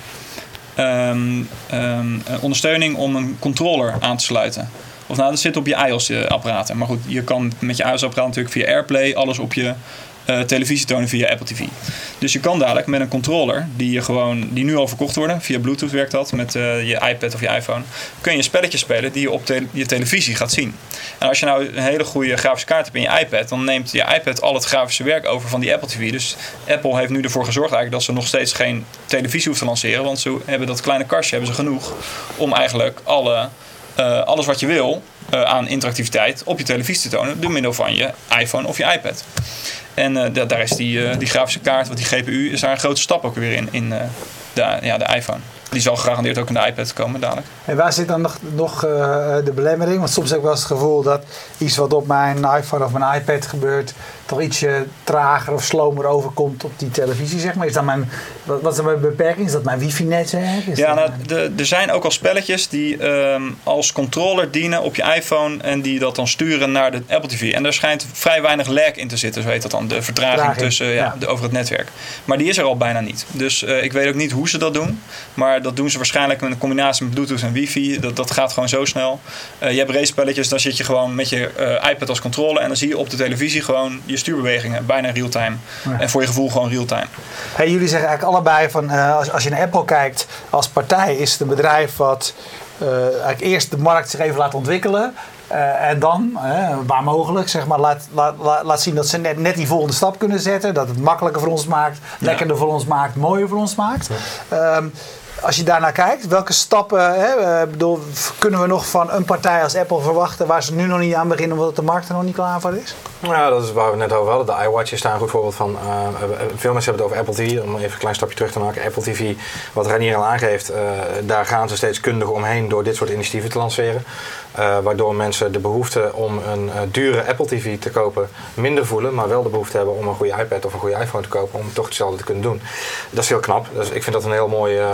um, um, ondersteuning om een controller aan te sluiten. Of nou, dat zit op je iOS-apparaten. Maar goed, je kan met je iOS-apparaat natuurlijk via AirPlay alles op je uh, televisie tonen via Apple T V. Dus je kan dadelijk met een controller, die, je gewoon, die nu al verkocht worden, via Bluetooth werkt dat, met uh, je iPad of je iPhone, kun je spelletjes spelen die je op te- je televisie gaat zien. En als je nou een hele goede grafische kaart hebt in je iPad, dan neemt je iPad al het grafische werk over van die Apple T V. Dus Apple heeft nu ervoor gezorgd eigenlijk dat ze nog steeds geen televisie hoeven te lanceren, want ze hebben dat kleine kastje hebben ze genoeg om eigenlijk alle, uh, alles wat je wil uh, aan interactiviteit op je televisie te tonen door middel van je iPhone of je iPad. En uh, da- daar is die, uh, die grafische kaart, wat die G P U, is daar een grote stap ook weer in, in uh, de, ja, de iPhone. Die zal gegarandeerd ook in de iPad komen dadelijk. En waar zit dan nog, nog uh, de belemmering? Want soms heb ik wel eens het gevoel dat iets wat op mijn iPhone of mijn iPad gebeurt, toch ietsje trager of slomer overkomt op die televisie, zeg maar. Is dat mijn, wat, wat is dan mijn beperking? Is dat mijn wifi-netwerk? Is Ja, dat nou, mijn... de, er zijn ook al spelletjes die um, als controller dienen op je iPhone en die dat dan sturen naar de Apple T V. En daar schijnt vrij weinig lag in te zitten, zo heet dat dan. De vertraging Vertraging, tussen, ja, ja. De, over het netwerk. Maar die is er al bijna niet. Dus uh, ik weet ook niet hoe ze dat doen. Maar dat doen ze waarschijnlijk met een combinatie met Bluetooth en wifi. Dat, dat gaat gewoon zo snel. Uh, je hebt race spelletjes, dan zit je gewoon met je uh, iPad als controller en dan zie je op de televisie gewoon je stuurbewegingen. Bijna real-time. Ja. En voor je gevoel gewoon real-time. Hey, jullie zeggen eigenlijk allebei van uh, als, als je naar Apple kijkt als partij, is het een bedrijf wat uh, eigenlijk eerst de markt zich even laat ontwikkelen. Uh, en dan, uh, waar mogelijk, zeg maar, laat, laat, laat, laat zien dat ze net, net die volgende stap kunnen zetten. Dat het makkelijker voor ons maakt, lekkerder voor ons maakt, mooier voor ons maakt. Ja. Um, Als je daarnaar kijkt, welke stappen hè, uh, bedoel, kunnen we nog van een partij als Apple verwachten waar ze nu nog niet aan beginnen omdat de markt er nog niet klaar voor is? Ja, dat is waar we het net over hadden. De iWatch is daar een goed voorbeeld van. Uh, veel mensen hebben het over Apple T V. Om even een klein stapje terug te maken. Apple T V, wat Reinier al aangeeft, uh, daar gaan ze steeds kundig omheen door dit soort initiatieven te lanceren. Uh, waardoor mensen de behoefte om een uh, dure Apple T V te kopen minder voelen, maar wel de behoefte hebben om een goede iPad of een goede iPhone te kopen om toch hetzelfde te kunnen doen. Dat is heel knap. Dus ik vind dat een heel mooi uh, uh,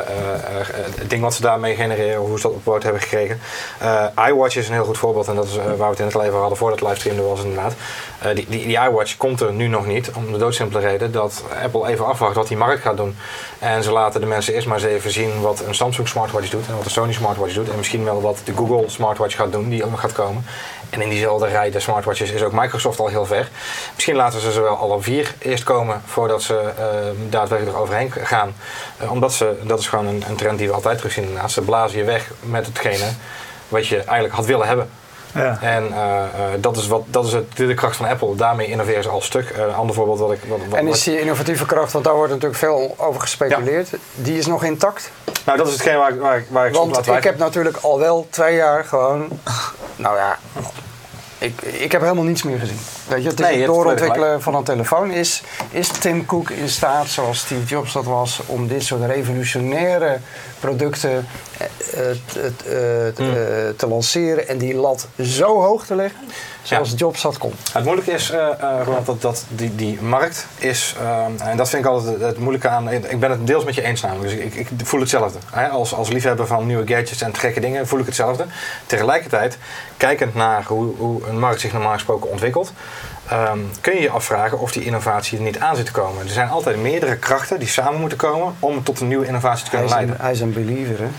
uh, ding wat ze daarmee genereren, hoe ze dat op poot hebben gekregen. Uh, iWatch is een heel goed voorbeeld en dat is uh, waar we het in het al even hadden voordat het livestream er was inderdaad. Uh, die, die, die iWatch komt er nu nog niet, om de doodsimpele reden dat Apple even afwacht wat die markt gaat doen. En ze laten de mensen eerst maar eens even zien wat een Samsung smartwatch doet en wat een Sony smartwatch doet en misschien wel wat de Google smartwatch gaat doen, die ook nog gaat komen. En in diezelfde rij de smartwatches is ook Microsoft al heel ver. Misschien laten ze ze wel alle vier eerst komen voordat ze uh, daadwerkelijk eroverheen gaan. Uh, omdat ze, dat is gewoon een, een trend die we altijd terugzien inderdaad. Ze blazen je weg met hetgene wat je eigenlijk had willen hebben. Ja. En uh, uh, dat is, wat, dat is het, de kracht van Apple. Daarmee innoveren ze al stuk. Een uh, ander voorbeeld wat ik... Wat, wat, en is die innovatieve kracht, want daar wordt natuurlijk veel over gespeculeerd, ja. Die is nog intact? Nou, dat is hetgeen waar, waar, waar ik Want ik heb natuurlijk al wel twee jaar gewoon... Nou ja... Ik, ik heb helemaal niets meer gezien. Weet je, het, nee, het doorontwikkelen van een telefoon. Is, is Tim Cook in staat, zoals Steve Jobs dat was, om dit soort revolutionaire producten uh, uh, uh, mm. uh, te lanceren en die lat zo hoog te leggen, zoals ja. Jobs dat kon? Het moeilijke is, uh, uh, dat, dat die, die markt is, uh, en dat vind ik altijd het, het moeilijke aan, ik ben het deels met je eens namelijk, dus ik, ik voel hetzelfde. Hè? Als, als liefhebber van nieuwe gadgets en gekke dingen voel ik hetzelfde. Tegelijkertijd, kijkend naar hoe, hoe een markt zich normaal gesproken ontwikkelt, Um, kun je je afvragen of die innovatie er niet aan zit te komen. Er zijn altijd meerdere krachten die samen moeten komen om tot een nieuwe innovatie te kunnen hij is leiden. Een, hij is een believer, hè?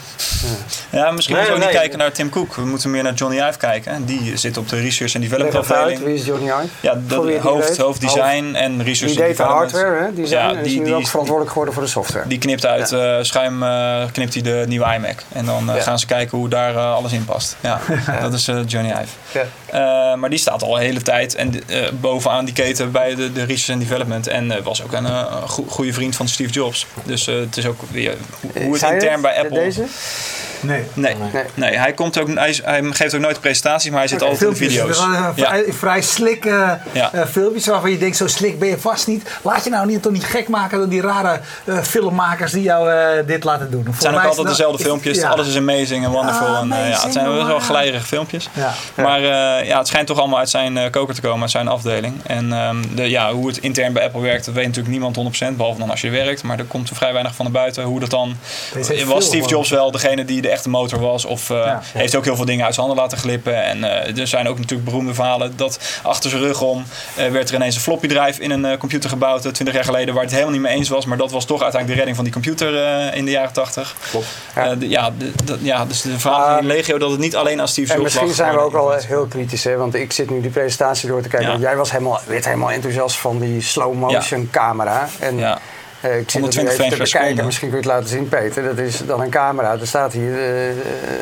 Ja, ja misschien Nee, moeten we ook nee. niet kijken naar Tim Cook. We moeten meer naar Johnny Ive kijken. Die zit op de research en development Leg even uit, afdeling. wie is Johnny Ive? Ja, Voor de wie het niet hoofd, weet. hoofddesign en Die research en deed de development. hardware, hè? Design, Ja, en is die- nu die- ook verantwoordelijk geworden voor de software. Die knipt uit ja. uh, schuim, uh, knipt hij de nieuwe iMac. En dan uh, Ja. gaan ze kijken hoe daar uh, alles in past. Ja, dat is uh, Johnny Ive. Ja. Uh, maar die staat al een hele tijd en uh, bovenaan die keten bij de, de research en development. En uh, was ook een uh, go- goede vriend van Steve Jobs. Dus uh, het is ook weer hoe het Zei intern het? bij Apple... Deze? Nee. Nee, Nee. nee. Hij, komt ook, hij, is- hij geeft ook nooit presentaties, maar hij zit Oké, altijd in de filmpjes, video's. uh, Ja. vrij, vrij slik uh, Ja. uh, filmpjes waarvan je denkt, zo slik ben je vast niet. Laat je nou niet, toch niet gek maken door die rare uh, filmmakers die jou uh, dit laten doen. Het zijn ook altijd dezelfde filmpjes. Ja. Alles is amazing en wonderful. Ah, en, uh, ja, het amazing, zijn best wel wow. glijderige filmpjes. Ja. Maar uh, ja, het schijnt toch allemaal uit zijn uh, koker te komen, uit zijn afdeling. En um, de, ja, hoe het intern bij Apple werkt, dat weet natuurlijk niemand honderd procent. Behalve dan als je er werkt. Maar er komt er vrij weinig van naar buiten. Hoe dat dan... Deze heeft Was veel Steve gewoon. Jobs wel degene die de echte motor was? Of uh, Ja. heeft ook heel veel dingen uit zijn handen laten glippen. En uh, er zijn ook natuurlijk beroemde verhalen dat achter zijn rug om uh, werd er ineens een floppy drive in een uh, computer gebouwd twintig jaar geleden waar het helemaal niet mee eens was. Maar dat was toch uiteindelijk de redding van die computer uh, in de jaren tachtig. Klopt. Ja, uh, de, ja, de, de, ja, dus de verhalen in legio dat het niet alleen aan Steve En Jobs misschien lag, zijn we maar ook de wel innovatie. heel kritisch, hè? Want ik zit nu die presentatie door te kijken. Ja. Want jij was helemaal, werd helemaal enthousiast van die slow motion camera. En Ja. uh, ik zit het nu honderdtwintig even te frames per bekijken. seconde. Misschien kun je het laten zien, Peter. Dat is dan een camera. Er staat hier uh,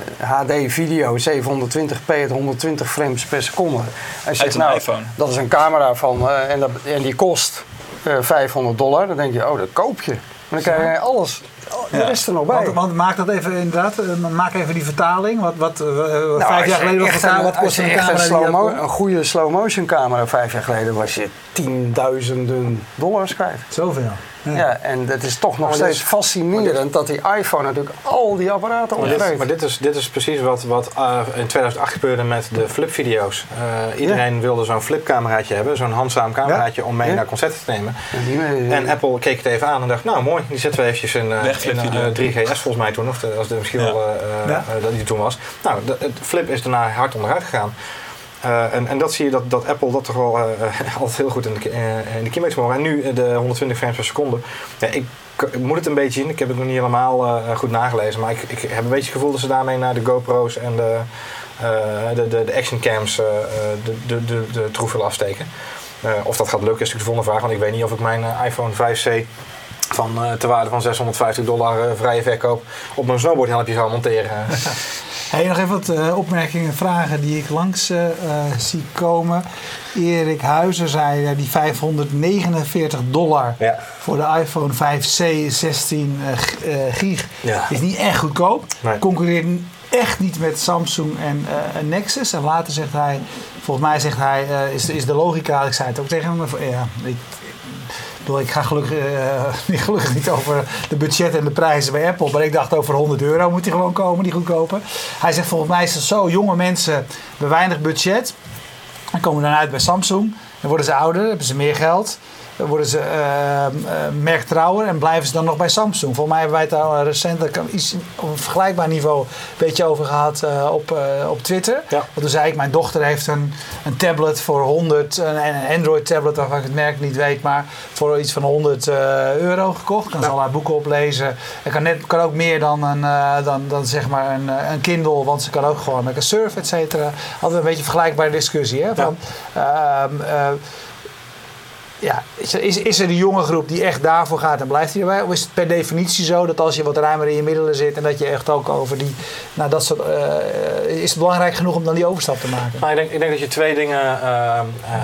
H D video zevenhonderdtwintig p at honderdtwintig frames per seconde. Hij zegt, een nou, iPhone. dat is een camera van uh, en, dat, en die kost uh, vijfhonderd dollar. Dan denk je, oh, dat koop je. Maar dan krijg je alles. De Ja. rest er nog bij. Want, want maak dat even inderdaad, uh, maak even die vertaling. Wat, wat, uh, Nou, vijf als jaar je geleden echt wat, een- wat als kost je een echt camera? een, die slow mo- dat- een goede slow motion camera vijf jaar geleden was je tienduizenden dollars kwijt. Zoveel. Ja. Ja, en het is toch nog Maar steeds dit- fascinerend dat die iPhone natuurlijk al die apparaten Maar, dit, opvreet. maar dit, is, dit is precies wat, wat uh, in tweeduizend acht gebeurde met de flipvideo's. Uh, iedereen wilde zo'n flipcameraatje hebben, zo'n handzaam cameraatje om mee Ja. naar concerten te nemen. En die- En Apple keek het even aan en dacht, nou mooi, die zetten we eventjes in, uh, Weg, in uh, flipvideo. drie G S volgens mij toen, of de, als het misschien Ja. wel uh, Ja. uh, dat die toen was. Nou, de, het flip is daarna hard onderuit gegaan. Uh, en, en dat zie je dat, dat Apple dat toch wel uh, altijd heel goed in de, uh, in de kiem weet te mogen. En nu uh, de honderdtwintig frames per seconde. Ja, ik, ik moet het een beetje zien. Ik heb het nog niet helemaal uh, goed nagelezen. Maar ik, ik heb een beetje het gevoel dat ze daarmee naar de GoPro's en de, uh, de, de, de actioncams uh, de, de, de, de troef willen afsteken. Uh, of dat gaat lukken is natuurlijk de volgende vraag. Want ik weet niet of ik mijn uh, iPhone vijf C van uh, ter waarde van zeshonderdvijftig dollar uh, vrije verkoop op mijn snowboardhelmpje zou monteren. Hey, nog even wat uh, opmerkingen en vragen die ik langs uh, uh, zie komen. Erik Huizer zei uh, die vijfhonderdnegenenveertig dollar Ja. voor de iPhone vijf C zestien uh, g- uh, gig Ja. is niet echt goedkoop. Nee. Concurreert echt niet met Samsung en uh, Nexus. En later zegt hij, volgens mij zegt hij, uh, is, is de logica, ik zei het ook tegen hem, maar, ja, ik, ik bedoel, ik ga gelukkig, uh, gelukkig niet over de budget en de prijzen bij Apple. Maar ik dacht over honderd euro moet die gewoon komen, die goedkoper. Hij zegt volgens mij is het zo, jonge mensen met weinig budget. Dan komen dan uit bij Samsung. Dan worden ze ouder, hebben ze meer geld. Dan worden ze uh, uh, merktrouwer en blijven ze dan nog bij Samsung. Volgens mij hebben wij het daar recent iets op een vergelijkbaar niveau een beetje over gehad uh, op, uh, op Twitter. Ja. Want toen zei ik, mijn dochter heeft een, een tablet voor honderd, een, een Android tablet waarvan ik het merk niet weet, maar voor iets van honderd uh, euro gekocht. Kan ze Ja. allerlei boeken oplezen. En kan, net, kan ook meer dan een, uh, dan, dan zeg maar een, uh, een Kindle, want ze kan ook gewoon lekker surfen, et cetera. Altijd een beetje een vergelijkbare discussie. Hè? Van, ja. uh, uh, Ja, is, is, is er die jonge groep die echt daarvoor gaat en blijft die erbij? Of is het per definitie zo dat als je wat ruimer in je middelen zit en dat je echt ook over die, nou dat soort, uh, is het belangrijk genoeg om dan die overstap te maken? Nou, ik, denk, ik denk dat je twee dingen, uh, uh,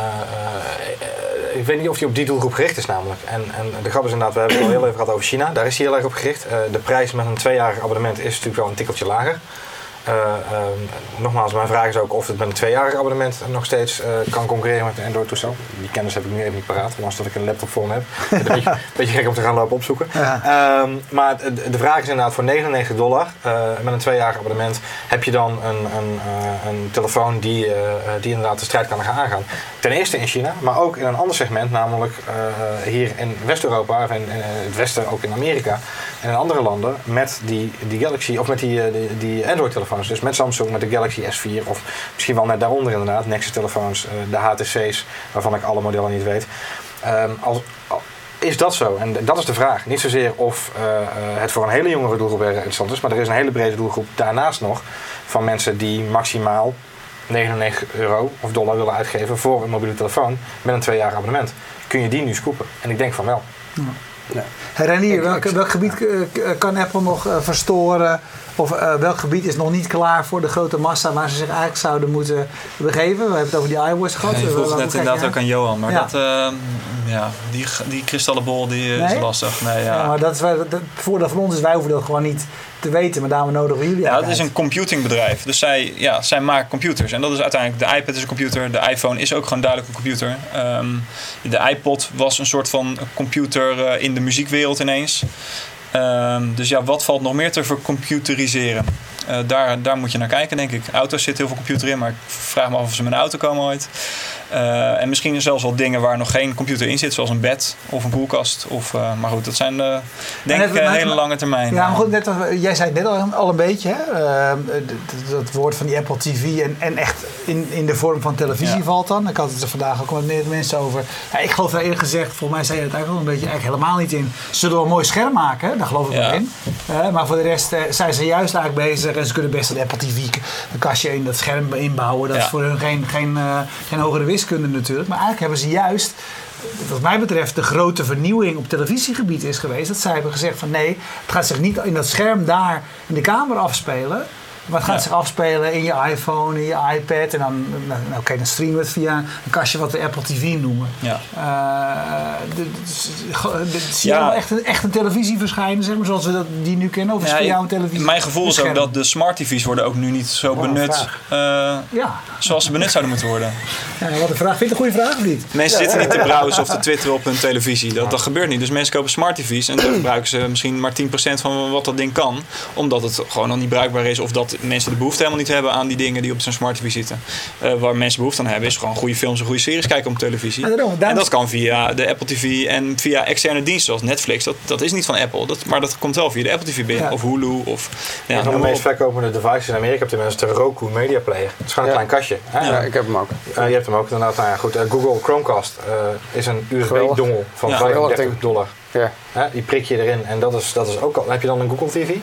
uh, ik weet niet of die op die doelgroep gericht is namelijk. En, en de grap is inderdaad, we hebben het al heel even gehad over China, daar is hij heel erg op gericht. Uh, de prijs met een tweejarig abonnement is natuurlijk wel een tikkeltje lager. Uh, uh, nogmaals, mijn vraag is ook of het met een tweejarig abonnement nog steeds uh, kan concurreren met een Android-toestel. Die kennis heb ik nu even niet paraat, ondanks dat ik een laptop voor me heb. Het is een beetje, beetje gek om te gaan lopen opzoeken. Ja. Um, maar de, de vraag is inderdaad, voor negenennegentig dollar uh, met een tweejarig abonnement heb je dan een, een, uh, een telefoon die, uh, die inderdaad de strijd kan gaan aangaan. Ten eerste in China, maar ook in een ander segment, namelijk uh, hier in West-Europa, of in, in het Westen, ook in Amerika. En in andere landen met die, die Galaxy of met die, uh, die, die Android-telefoons. Dus met Samsung, met de Galaxy S vier of misschien wel net daaronder inderdaad, Nexus-telefoons, uh, de H T C's, waarvan ik alle modellen niet weet. Um, als, is dat zo? En dat is de vraag. Niet zozeer of uh, uh, het voor een hele jongere doelgroep erg interessant is, maar er is een hele brede doelgroep daarnaast nog van mensen die maximaal negenennegentig euro of dollar willen uitgeven voor een mobiele telefoon met een twee jaar abonnement. Kun je die nu scoopen? En ik denk van wel. Ja. Ja. Hey Renier, welk, welk gebied kan Apple nog uh, verstoren? Of uh, welk gebied is nog niet klaar voor de grote massa waar ze zich eigenlijk zouden moeten begeven? We hebben het over die iWatch gehad. Ja, je vroeg net inderdaad ook aan Johan, maar ja. dat, uh, ja, die, die kristallenbol die, uh, nee? is lastig. Nee, ja. Ja, maar dat is, dat, het voordeel van ons is, wij hoeven dat gewoon niet te weten, maar daarom nodigen we jullie ja, uit. het is een computingbedrijf, dus zij, ja, zij maken computers. En dat is uiteindelijk, de iPad is een computer, de iPhone is ook gewoon duidelijk een computer. Um, de iPod was een soort van computer uh, in de muziekwereld ineens. Um, dus ja, wat valt nog meer te vercomputeriseren? Uh, daar, daar moet je naar kijken, denk ik. Auto's zit heel veel computer in, maar ik vraag me af of ze met een auto komen ooit. Uh, en misschien zelfs wel dingen waar nog geen computer in zit, zoals een bed of een koelkast. Of, uh, maar goed, dat zijn uh, denk ik een hele lange termijn. Ja, maar goed, net, jij zei het net al, al een beetje, hè? Uh, dat woord van die Apple T V en, en echt in, in de vorm van televisie ja. valt dan. Ik had het er vandaag ook met meer mensen over. Ja, ik geloof daar eerlijk gezegd, volgens mij zei je het eigenlijk wel een beetje, eigenlijk helemaal niet in. Ze zullen wel een mooi scherm maken, hè? Daar geloof ik ja. wel in. Uh, maar voor de rest uh, zijn ze juist eigenlijk bezig en ze kunnen best een Apple T V een kastje in dat scherm inbouwen. Dat ja. is voor hun geen, geen, uh, geen hogere wiskunde natuurlijk. Maar eigenlijk hebben ze juist, wat mij betreft, de grote vernieuwing op televisiegebied is geweest. Dat zij hebben gezegd van nee, het gaat zich niet in dat scherm daar in de kamer afspelen. Maar het gaat ja. zich afspelen in je iPhone, in je iPad. En dan, nou, oké, okay, dan streamen we het via een kastje wat we Apple T V noemen. Ja. Uh, de, de, de, zie je ja. wel echt een, echt een televisie verschijnen, zeg maar, zoals we dat, die nu kennen? Of is ja, voor jou een televisie? Mijn gevoel is ook dat de smart T V's worden ook nu niet zo oh, benut uh, ja. zoals ze benut zouden moeten worden. Ja, wat een vraag. Vind je het een goede vraag of niet? Mensen ja, zitten ja. niet te browsen of te twitteren op hun televisie. Dat, dat gebeurt niet. Dus mensen kopen smart T V's en dan gebruiken ze misschien maar tien procent van wat dat ding kan. Omdat het gewoon nog niet bruikbaar is of dat mensen de behoefte helemaal niet hebben aan die dingen die op zo'n smart T V zitten. Uh, waar mensen behoefte aan hebben is gewoon goede films en goede series kijken op televisie. Ja, daarom, daarom. En dat kan via de Apple T V en via externe diensten zoals Netflix. Dat, dat is niet van Apple, dat, maar dat komt wel via de Apple T V binnen. Ja. Of Hulu. Of, ja, een van de meest verkopende devices in Amerika op dit moment is de Roku Media Player. Het is gewoon een ja. klein kastje. Hè? Ja, ik heb hem ook. Uh, je hebt hem ook inderdaad. Nou ja, goed. Uh, Google Chromecast uh, is een U S B-dongel van ja. vijfendertig dollar. Ja. Uh, die prik je erin en dat is, dat is ook al. Heb je dan een Google T V?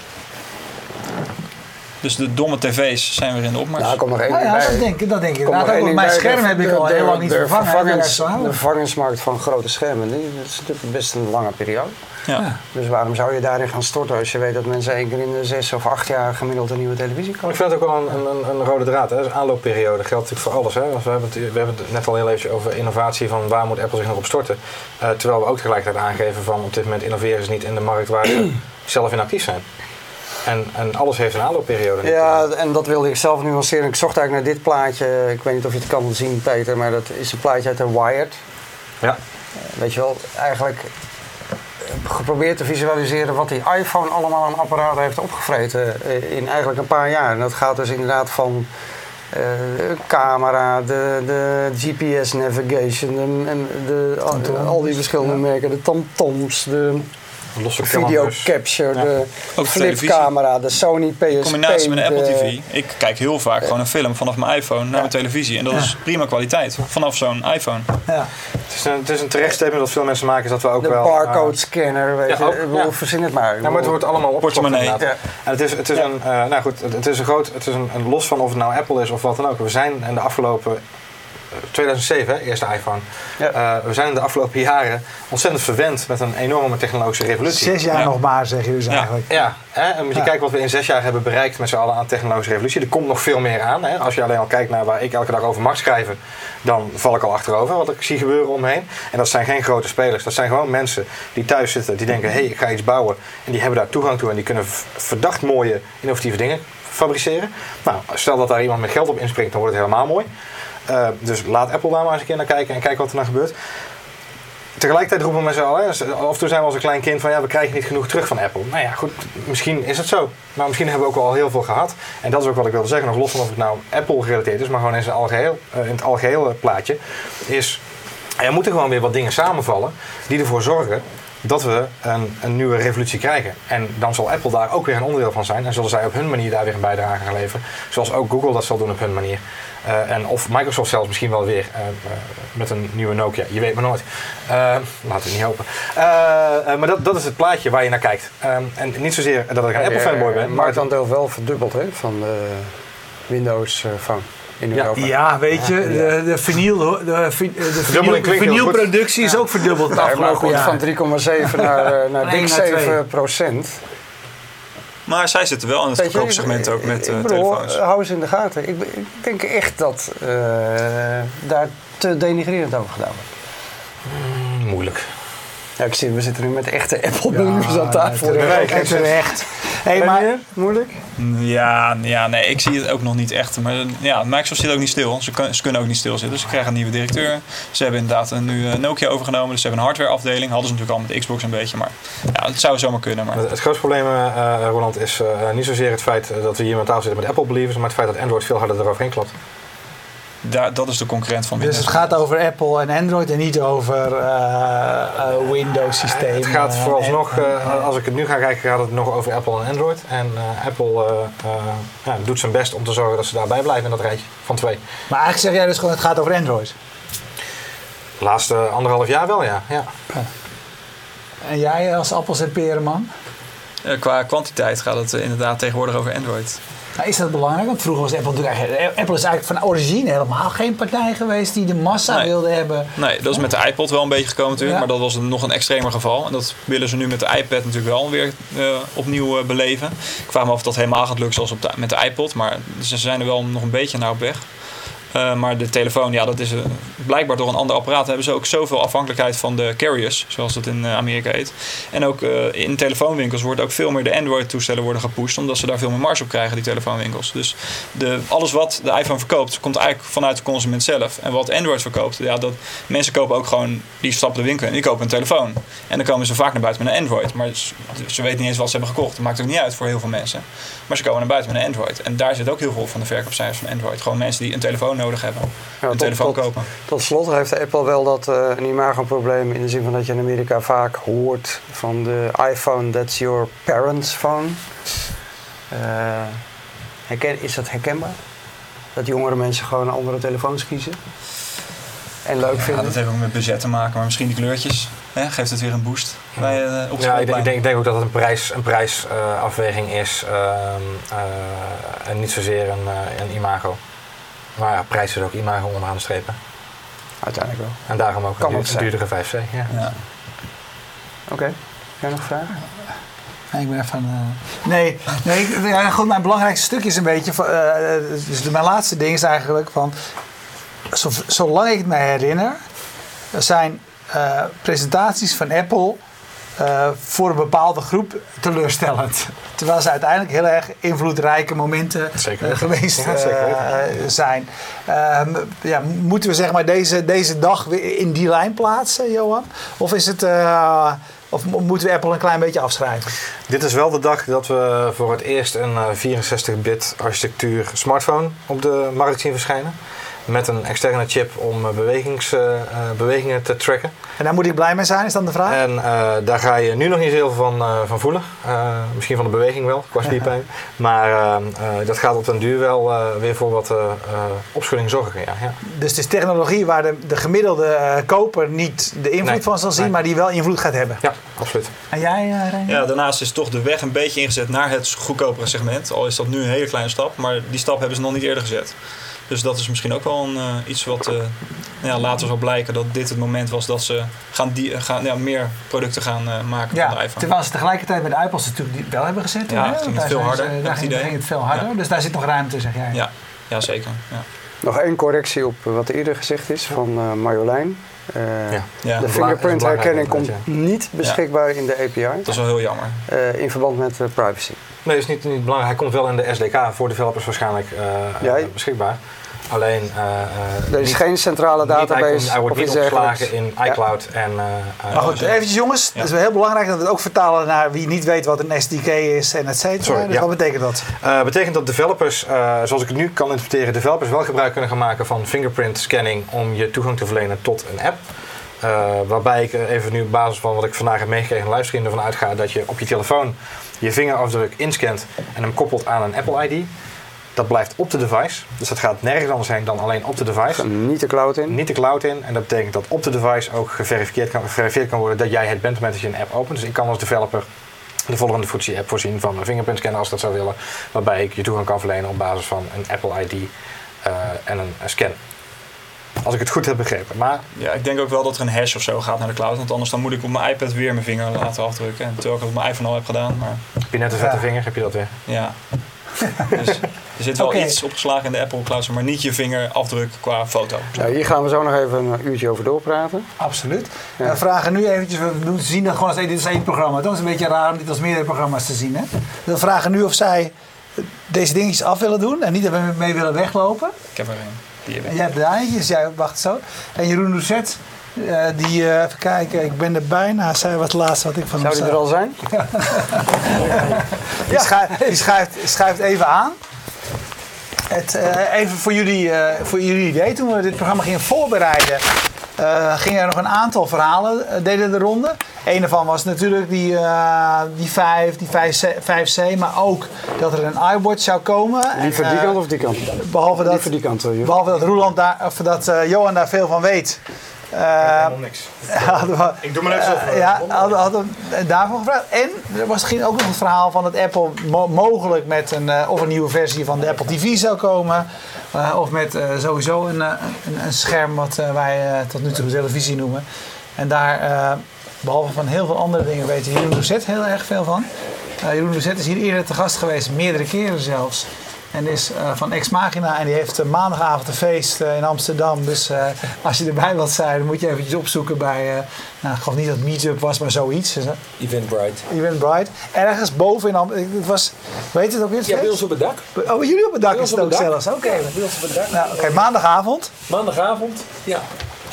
Dus de domme tv's zijn weer in de opmars. Nou, kom nog één ja, ja, bij. Dat denk ik. Dat denk ik. Ook op mijn scherm heb ik al heel lang niet vervangen. De, vervangens, de vervangingsmarkt van grote schermen, die, dat is natuurlijk best een lange periode. Ja. Ja. Dus waarom zou je daarin gaan storten als je weet dat mensen één keer in de zes of acht jaar gemiddeld een nieuwe televisie kopen? Ik vind het ook wel een, een, een rode draad. Hè. Dat is een aanloopperiode. Dat geldt natuurlijk voor alles. Hè. We, hebben het, we hebben het net al heel even over innovatie van waar moet Apple zich nog op storten. Uh, terwijl we ook tegelijkertijd aangeven van op dit moment innoveren ze niet in de markt waar ze zelf in actief zijn. En, en alles heeft een aanloopperiode. Ja, en dat wilde ik zelf nuanceren. Ik zocht eigenlijk naar dit plaatje. Ik weet niet of je het kan zien, Peter, maar dat is een plaatje uit de Wired. Ja. Weet je wel, eigenlijk geprobeerd te visualiseren wat die iPhone allemaal aan apparaten heeft opgevreten in eigenlijk een paar jaar. En dat gaat dus inderdaad van uh, de camera, de, de G P S navigation, de, en de, al, al die verschillende ja. merken, de TomToms, de losse video capture, ja. de flipcamera, de Sony P S P. In combinatie met een Apple T V. Ik kijk heel vaak gewoon een film vanaf mijn iPhone naar ja. mijn televisie. En dat is prima kwaliteit vanaf zo'n iPhone. Ja. Het is een, het is een terecht statement dat veel mensen maken, is dat we ook de wel... De barcode scanner, weet ja, ook, je. Ja. Verzin het maar. Ja, maar het wordt allemaal opgezocht. Ja. En het is, het is, ja. een, uh, nou goed, het is een groot, het is een, een los van of het nou Apple is of wat dan ook. We zijn in de afgelopen tweeduizend zeven, hè, eerste iPhone. Ja. Uh, we zijn in de afgelopen jaren ontzettend verwend met een enorme technologische revolutie. Zes jaar ja. nog maar, zeg je dus ja. eigenlijk. Ja, hè, en moet je ja. kijken wat we in zes jaar hebben bereikt met z'n allen aan technologische revolutie. Er komt nog veel meer aan. Hè. Als je alleen al kijkt naar waar ik elke dag over mag schrijven, dan val ik al achterover wat ik zie gebeuren omheen. En dat zijn geen grote spelers. Dat zijn gewoon mensen die thuis zitten, die denken, hé, hey, ik ga iets bouwen. En die hebben daar toegang toe en die kunnen verdacht mooie, innovatieve dingen fabriceren. Nou, stel dat daar iemand met geld op inspringt, dan wordt het helemaal mooi. Uh, dus laat Apple daar maar eens een keer naar kijken en kijken wat er nou gebeurt. Tegelijkertijd roepen we met z'n allen, af en toe zijn we als een klein kind van ja, we krijgen niet genoeg terug van Apple. Nou ja, goed, misschien is het zo. Maar misschien hebben we ook al heel veel gehad. En dat is ook wat ik wilde zeggen, nog los van of het nou Apple gerelateerd is, maar gewoon in, zijn algeheel, uh, in het algehele plaatje, is er moeten gewoon weer wat dingen samenvallen die ervoor zorgen dat we een, een nieuwe revolutie krijgen. En dan zal Apple daar ook weer een onderdeel van zijn. En zullen zij op hun manier daar weer een bijdrage gaan leveren. Zoals ook Google dat zal doen op hun manier. Uh, en of Microsoft zelfs misschien wel weer uh, uh, met een nieuwe Nokia. Je weet maar nooit. Uh, laten we niet hopen. Uh, uh, maar dat, dat is het plaatje waar je naar kijkt. Uh, en niet zozeer dat ik een Apple fanboy ben. Het marktaandeel wel verdubbeld hè, van de Windows uh, Phone. In Europa. Ja, weet je, de, de vinyl, de, de vinyl, vinylproductie is ook verdubbeld het afgelopen jaar. Van drie komma zeven naar, uh, naar dik zeven procent. Maar zij zitten wel in het goedkope segment ook met uh, ik bedoel, telefoons. Hou eens in de gaten. Ik, ik denk echt dat uh, daar te denigrerend over gedaan wordt. Mm, moeilijk. Ja, ik zie, we zitten nu met echte Apple-believers ja, aan tafel. Terecht, en terecht. Hey, maar, moeilijk? Ja, ja, nee, ik zie het ook nog niet echt. Maar ja, Microsoft zit ook niet stil. Ze, kun, ze kunnen ook niet stilzitten. Ze krijgen een nieuwe directeur. Ze hebben inderdaad nu Nokia overgenomen. Dus ze hebben een hardwareafdeling. Hadden ze natuurlijk al met de Xbox een beetje. Maar ja, het zou zomaar kunnen. Maar... Het grootste probleem, uh, Roland, is uh, niet zozeer het feit dat we hier aan tafel zitten met Apple-believers, maar het feit dat Android veel harder eroverheen klapt. Daar, dat is de concurrent van Windows. Dus het gaat over Apple en Android en niet over uh, uh, Windows-systeem. Het gaat vooralsnog, uh, uh, als ik het nu ga kijken, gaat het nog over Apple en Android. En uh, Apple uh, uh, ja, doet zijn best om te zorgen dat ze daarbij blijven in dat rijtje van twee. Maar eigenlijk zeg jij dus gewoon, het gaat over Android? De laatste anderhalf jaar wel, ja. ja. ja. En jij als appels en peren man? Uh, qua kwantiteit gaat het uh, inderdaad tegenwoordig over Android. Nou, is dat belangrijk? Want vroeger was Apple natuurlijk eigenlijk, Apple is eigenlijk van origine helemaal geen partij geweest die de massa nee. wilde hebben. Nee, dat is met de iPod wel een beetje gekomen natuurlijk, ja. maar dat was nog een extremer geval. En dat willen ze nu met de iPad natuurlijk wel weer uh, opnieuw uh, beleven. Ik vraag me af of dat helemaal gaat lukken zoals op de, met de iPod, maar ze zijn er wel nog een beetje naar op weg. Uh, maar de telefoon, ja, dat is uh, blijkbaar door een ander apparaat hebben ze ook zoveel afhankelijkheid van de carriers, zoals dat in uh, Amerika heet. En ook uh, in telefoonwinkels worden ook veel meer de Android-toestellen worden gepusht, omdat ze daar veel meer marge op krijgen, die telefoonwinkels. Dus de, alles wat de iPhone verkoopt, komt eigenlijk vanuit de consument zelf. En wat Android verkoopt, ja, dat, mensen kopen ook gewoon, die stappen de winkel in, die kopen een telefoon. En dan komen ze vaak naar buiten met een Android. Maar ze, ze weten niet eens wat ze hebben gekocht. Dat maakt ook niet uit voor heel veel mensen. Maar ze komen naar buiten met een Android. En daar zit ook heel veel van de verkoopcijfers van Android. Gewoon mensen die een telefoon nodig hebben. Ja, een tot, telefoon tot, kopen. Tot slot heeft Apple wel dat uh, een imagoprobleem in de zin van dat je in Amerika vaak hoort van de iPhone, that's your parents phone. Uh, herken, is dat herkenbaar? Dat jongere mensen gewoon andere telefoons kiezen? En leuk ja, vinden? Dat heeft ook met budget te maken, maar misschien die kleurtjes. Hè, geeft het weer een boost. Ja, bij, uh, op ja ik, denk, ik, denk, ik denk ook dat het een prijsafweging een prijs, uh, afweging is uh, uh, en niet zozeer een, uh, een imago. Maar ja, prijs is ook imago onderaan de strepen. Uiteindelijk wel. En daarom ook kan een, duur, een duurdere vijf C. Ja. Ja. Oké, okay. Jij nog vragen? Nee, ik ben van. Uh... Nee, nee ja, goed, mijn belangrijkste stuk is een beetje. Van, uh, dus mijn laatste ding is eigenlijk van. Zo, zolang ik het me herinner, er zijn uh, presentaties van Apple uh, voor een bepaalde groep teleurstellend. Terwijl ze uiteindelijk heel erg invloedrijke momenten uh, geweest uh, ja, zijn. Uh, ja, moeten we zeg maar deze, deze dag weer in die lijn plaatsen, Johan? Of is het... Uh, Of moeten we Apple een klein beetje afschrijven? Dit is wel de dag dat we voor het eerst een vierenzestig bit architectuur smartphone op de markt zien verschijnen. Met een externe chip om bewegings, uh, bewegingen te tracken. En daar moet ik blij mee zijn, is dan de vraag? En uh, daar ga je nu nog niet zoveel van, uh, van voelen. Uh, misschien van de beweging wel, qua spierpijn. Maar uh, uh, dat gaat op den duur wel uh, weer voor wat uh, uh, opschudding zorgen. Ja, ja. Dus het is technologie waar de, de gemiddelde uh, koper niet de invloed nee, van zal zien, nee. maar die wel invloed gaat hebben. Ja, absoluut. En jij, uh, Reinier? Ja, daarnaast is toch de weg een beetje ingezet naar het goedkopere segment. Al is dat nu een hele kleine stap, maar die stap hebben ze nog niet eerder gezet. Dus dat is misschien ook wel een, uh, iets wat uh, ja, later zal blijken dat dit het moment was dat ze gaan die, gaan, ja, meer producten gaan uh, maken ja, van de iPhone. Terwijl ze tegelijkertijd bij de iPods natuurlijk wel hebben gezet. Ja, hè? ging het daar veel harder. Ze, daar ging, ging het veel harder, ja. Dus daar zit nog ruimte, zeg jij. Ja, ja zeker. Ja. Nog één correctie op wat eerder gezegd is van uh, Marjolein. Uh, ja. Ja. De fingerprint herkenning komt ja. niet beschikbaar ja. in de A P I. Dat is wel heel jammer. Uh, in verband met uh, privacy. Nee, dat is niet, niet belangrijk. Hij komt wel in de S D K voor developers waarschijnlijk uh, ja, uh, beschikbaar. Alleen... Uh, uh, er is niet, geen centrale database. Niet, hij, hij wordt of niet iets opgeslagen in iCloud. Ja. En, uh, uh, maar goed, eventjes jongens. Ja. Het is wel heel belangrijk dat we het ook vertalen naar wie niet weet wat een S D K is en et cetera. Sorry, dus ja. wat betekent dat? Uh, betekent dat developers, uh, zoals ik het nu kan interpreteren, developers wel gebruik kunnen gaan maken van fingerprint scanning om je toegang te verlenen tot een app. Uh, waarbij ik even nu op basis van wat ik vandaag heb meegekregen en livestream ervan uitga dat je op je telefoon je vingerafdruk inscant en hem koppelt aan een Apple I D. Dat blijft op de device. Dus dat gaat nergens anders heen dan alleen op de device. Niet de cloud in? Niet de cloud in. En dat betekent dat op de device ook geverifieerd kan, geverifieerd kan worden dat jij het bent met dat je een app opent. Dus ik kan als developer de volgende Footsie app voorzien van een fingerprintscanner als ik dat zou willen. Waarbij ik je toegang kan verlenen op basis van een Apple I D uh, en een, een scan. Als ik het goed heb begrepen. Maar ja, ik denk ook wel dat er een hash of zo gaat naar de cloud. Want anders dan moet ik op mijn iPad weer mijn vinger laten afdrukken. En terwijl ik het op mijn iPhone al heb gedaan. Maar heb je net een vette ja. vinger, heb je dat weer? Ja. Dus er zit wel Okay. iets opgeslagen in de Apple Cloud, maar niet je vingerafdruk qua foto. Ja, hier gaan we zo nog even een uurtje over doorpraten. Absoluut. Ja. We vragen nu eventjes, we doen- zien dat gewoon als één, dit is één programma. Dat is een beetje raar om dit als meerdere programma's te zien. Hè? We vragen nu of zij deze dingetjes af willen doen en niet dat we mee willen weglopen. Ik heb er een. Die heb ik. En jij hebt er eentje, dus jij wacht zo. En Jeroen Doucet, uh, die, uh, even kijken, ik ben er bijna, zei wat laatst wat ik van Zou hem die er al zijn? Die, schuift, die schuift, schuift even aan. Het, uh, even voor jullie, uh, voor jullie idee, toen we dit programma gingen voorbereiden, uh, gingen er nog een aantal verhalen, uh, deden de ronde. Een daarvan was natuurlijk die, uh, die vijf, die vijf C, maar ook dat er een iWatch zou komen. Liever En, die uh, kant of die kant? Behalve dat, Liever die kant, uh, behalve dat, Roeland daar, of dat uh, Johan daar veel van weet. Uh, Helemaal niks. hadden we, Ik doe maar net zo. uh, ja, hadden, hadden we daarvan gevraagd. En er was misschien ook nog het verhaal van dat Apple mo- mogelijk met een, uh, of een nieuwe versie van de Apple T V zou komen. Uh, of met uh, sowieso een, uh, een, een scherm wat uh, wij uh, tot nu toe televisie noemen. En daar, uh, behalve van heel veel andere dingen, weet Jeroen Doucet heel erg veel van. Uh, Jeroen Doucet is hier eerder te gast geweest, meerdere keren zelfs. En is uh, van Ex Machina en die heeft uh, maandagavond een feest uh, in Amsterdam. Dus uh, als je erbij wilt zijn, dan moet je eventjes opzoeken bij... Uh, nou, ik geloof niet dat het Meetup was, maar zoiets. Dus, uh, Eventbrite. Eventbrite. Ergens boven in Amsterdam. Het was... Weet je het ook weer? het Ja, bij feest? ons op het dak. Oh, bij jullie op het dak Bij is ons het op ook het dak. zelfs. Oké. Okay. Bij ons op het dak. Nou, okay, maandagavond. Maandagavond, ja.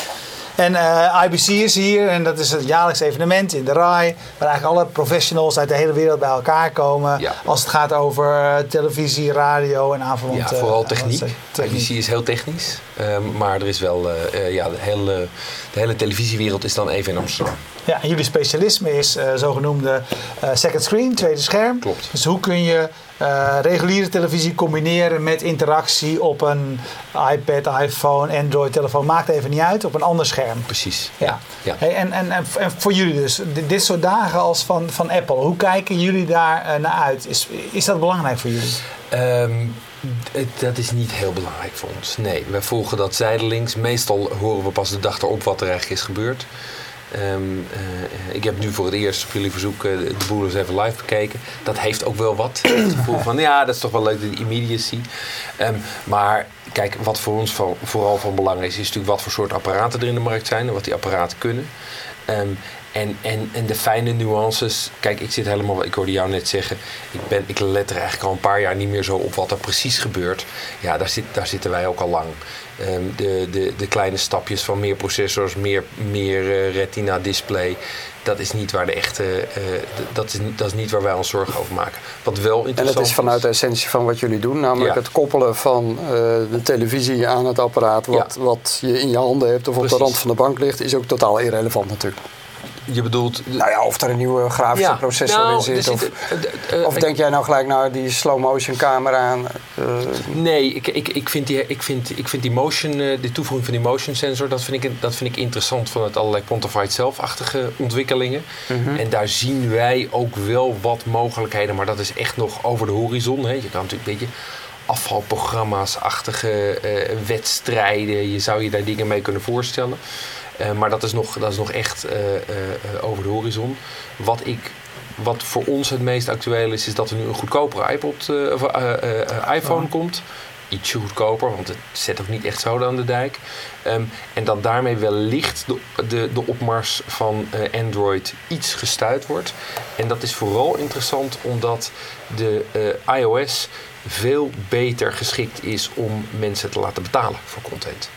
En uh, I B C is hier en dat is het jaarlijks evenement in de R A I. Waar eigenlijk alle professionals uit de hele wereld bij elkaar komen. Ja. Als het gaat over uh, televisie, radio en aanverwant. Ja, vooral uh, techniek. techniek. I B C is heel technisch. Um, maar er is wel, uh, uh, ja, de hele, de hele televisiewereld is dan even in Amsterdam. Ja, en jullie specialisme is uh, zogenoemde uh, second screen, tweede scherm. Klopt. Dus hoe kun je uh, reguliere televisie combineren met interactie op een iPad, iPhone, Android telefoon. Maakt even niet uit, op een ander scherm. Precies. Ja. Ja. Hey, en, en, en, en voor jullie dus, dit, dit soort dagen als van, van Apple, hoe kijken jullie daar uh, naar uit? Is, is dat belangrijk voor jullie? Um, het, dat is niet heel belangrijk voor ons. Nee, wij volgen dat zijdelings. Meestal horen we pas de dag erop wat er eigenlijk is gebeurd. Um, uh, ik heb nu voor het eerst op jullie verzoek uh, de boel eens even live bekeken. Dat heeft ook wel wat. Het gevoel van, ja, dat is toch wel leuk, de immediacy. Um, maar kijk, wat voor ons van, vooral van belang is, is natuurlijk wat voor soort apparaten er in de markt zijn en wat die apparaten kunnen. Um, En, en, en de fijne nuances. Kijk, ik zit helemaal. Ik hoorde jou net zeggen. Ik, ben, ik let er eigenlijk al een paar jaar niet meer zo op wat er precies gebeurt. Ja, daar, zit, daar zitten wij ook al lang. Um, de, de, de kleine stapjes van meer processors, meer, meer uh, retina display. Dat is niet waar de echte. Uh, dat, is, dat is niet waar wij ons zorgen over maken. Wat wel interessant En dat is vanuit de essentie van wat jullie doen. Namelijk Ja. het koppelen van uh, de televisie aan het apparaat. Wat, Ja. wat je in je handen hebt of Precies. op de rand van de bank ligt. Is ook totaal irrelevant natuurlijk. Je bedoelt. Nou ja, of er een nieuwe grafische processor nou, in zit. er Of, zit, uh, uh, of denk jij nou gelijk naar die slow motion camera aan? Uh, Nee, ik, ik, ik, vind die, ik, vind, ik vind die motion, uh, de toevoeging van die motion sensor, dat vind ik, dat vind ik interessant vanuit allerlei quantified self-achtige ontwikkelingen. mm-hmm. En daar zien wij ook wel wat mogelijkheden, maar dat is echt nog over de horizon. Hè. Je kan natuurlijk een beetje afvalprogramma's-achtige uh, wedstrijden, je zou je daar dingen mee kunnen voorstellen. Uh, maar dat is nog, dat is nog echt uh, uh, uh, over de horizon. Wat, ik, wat voor ons het meest actueel is, is dat er nu een goedkopere iPod, uh, of, uh, uh, iPhone oh. komt. Ietsje goedkoper, want het zet ook niet echt zo aan de dijk. Um, en dat daarmee wellicht de, de, de opmars van uh, Android iets gestuit wordt. En dat is vooral interessant omdat de uh, iOS veel beter geschikt is om mensen te laten betalen voor content.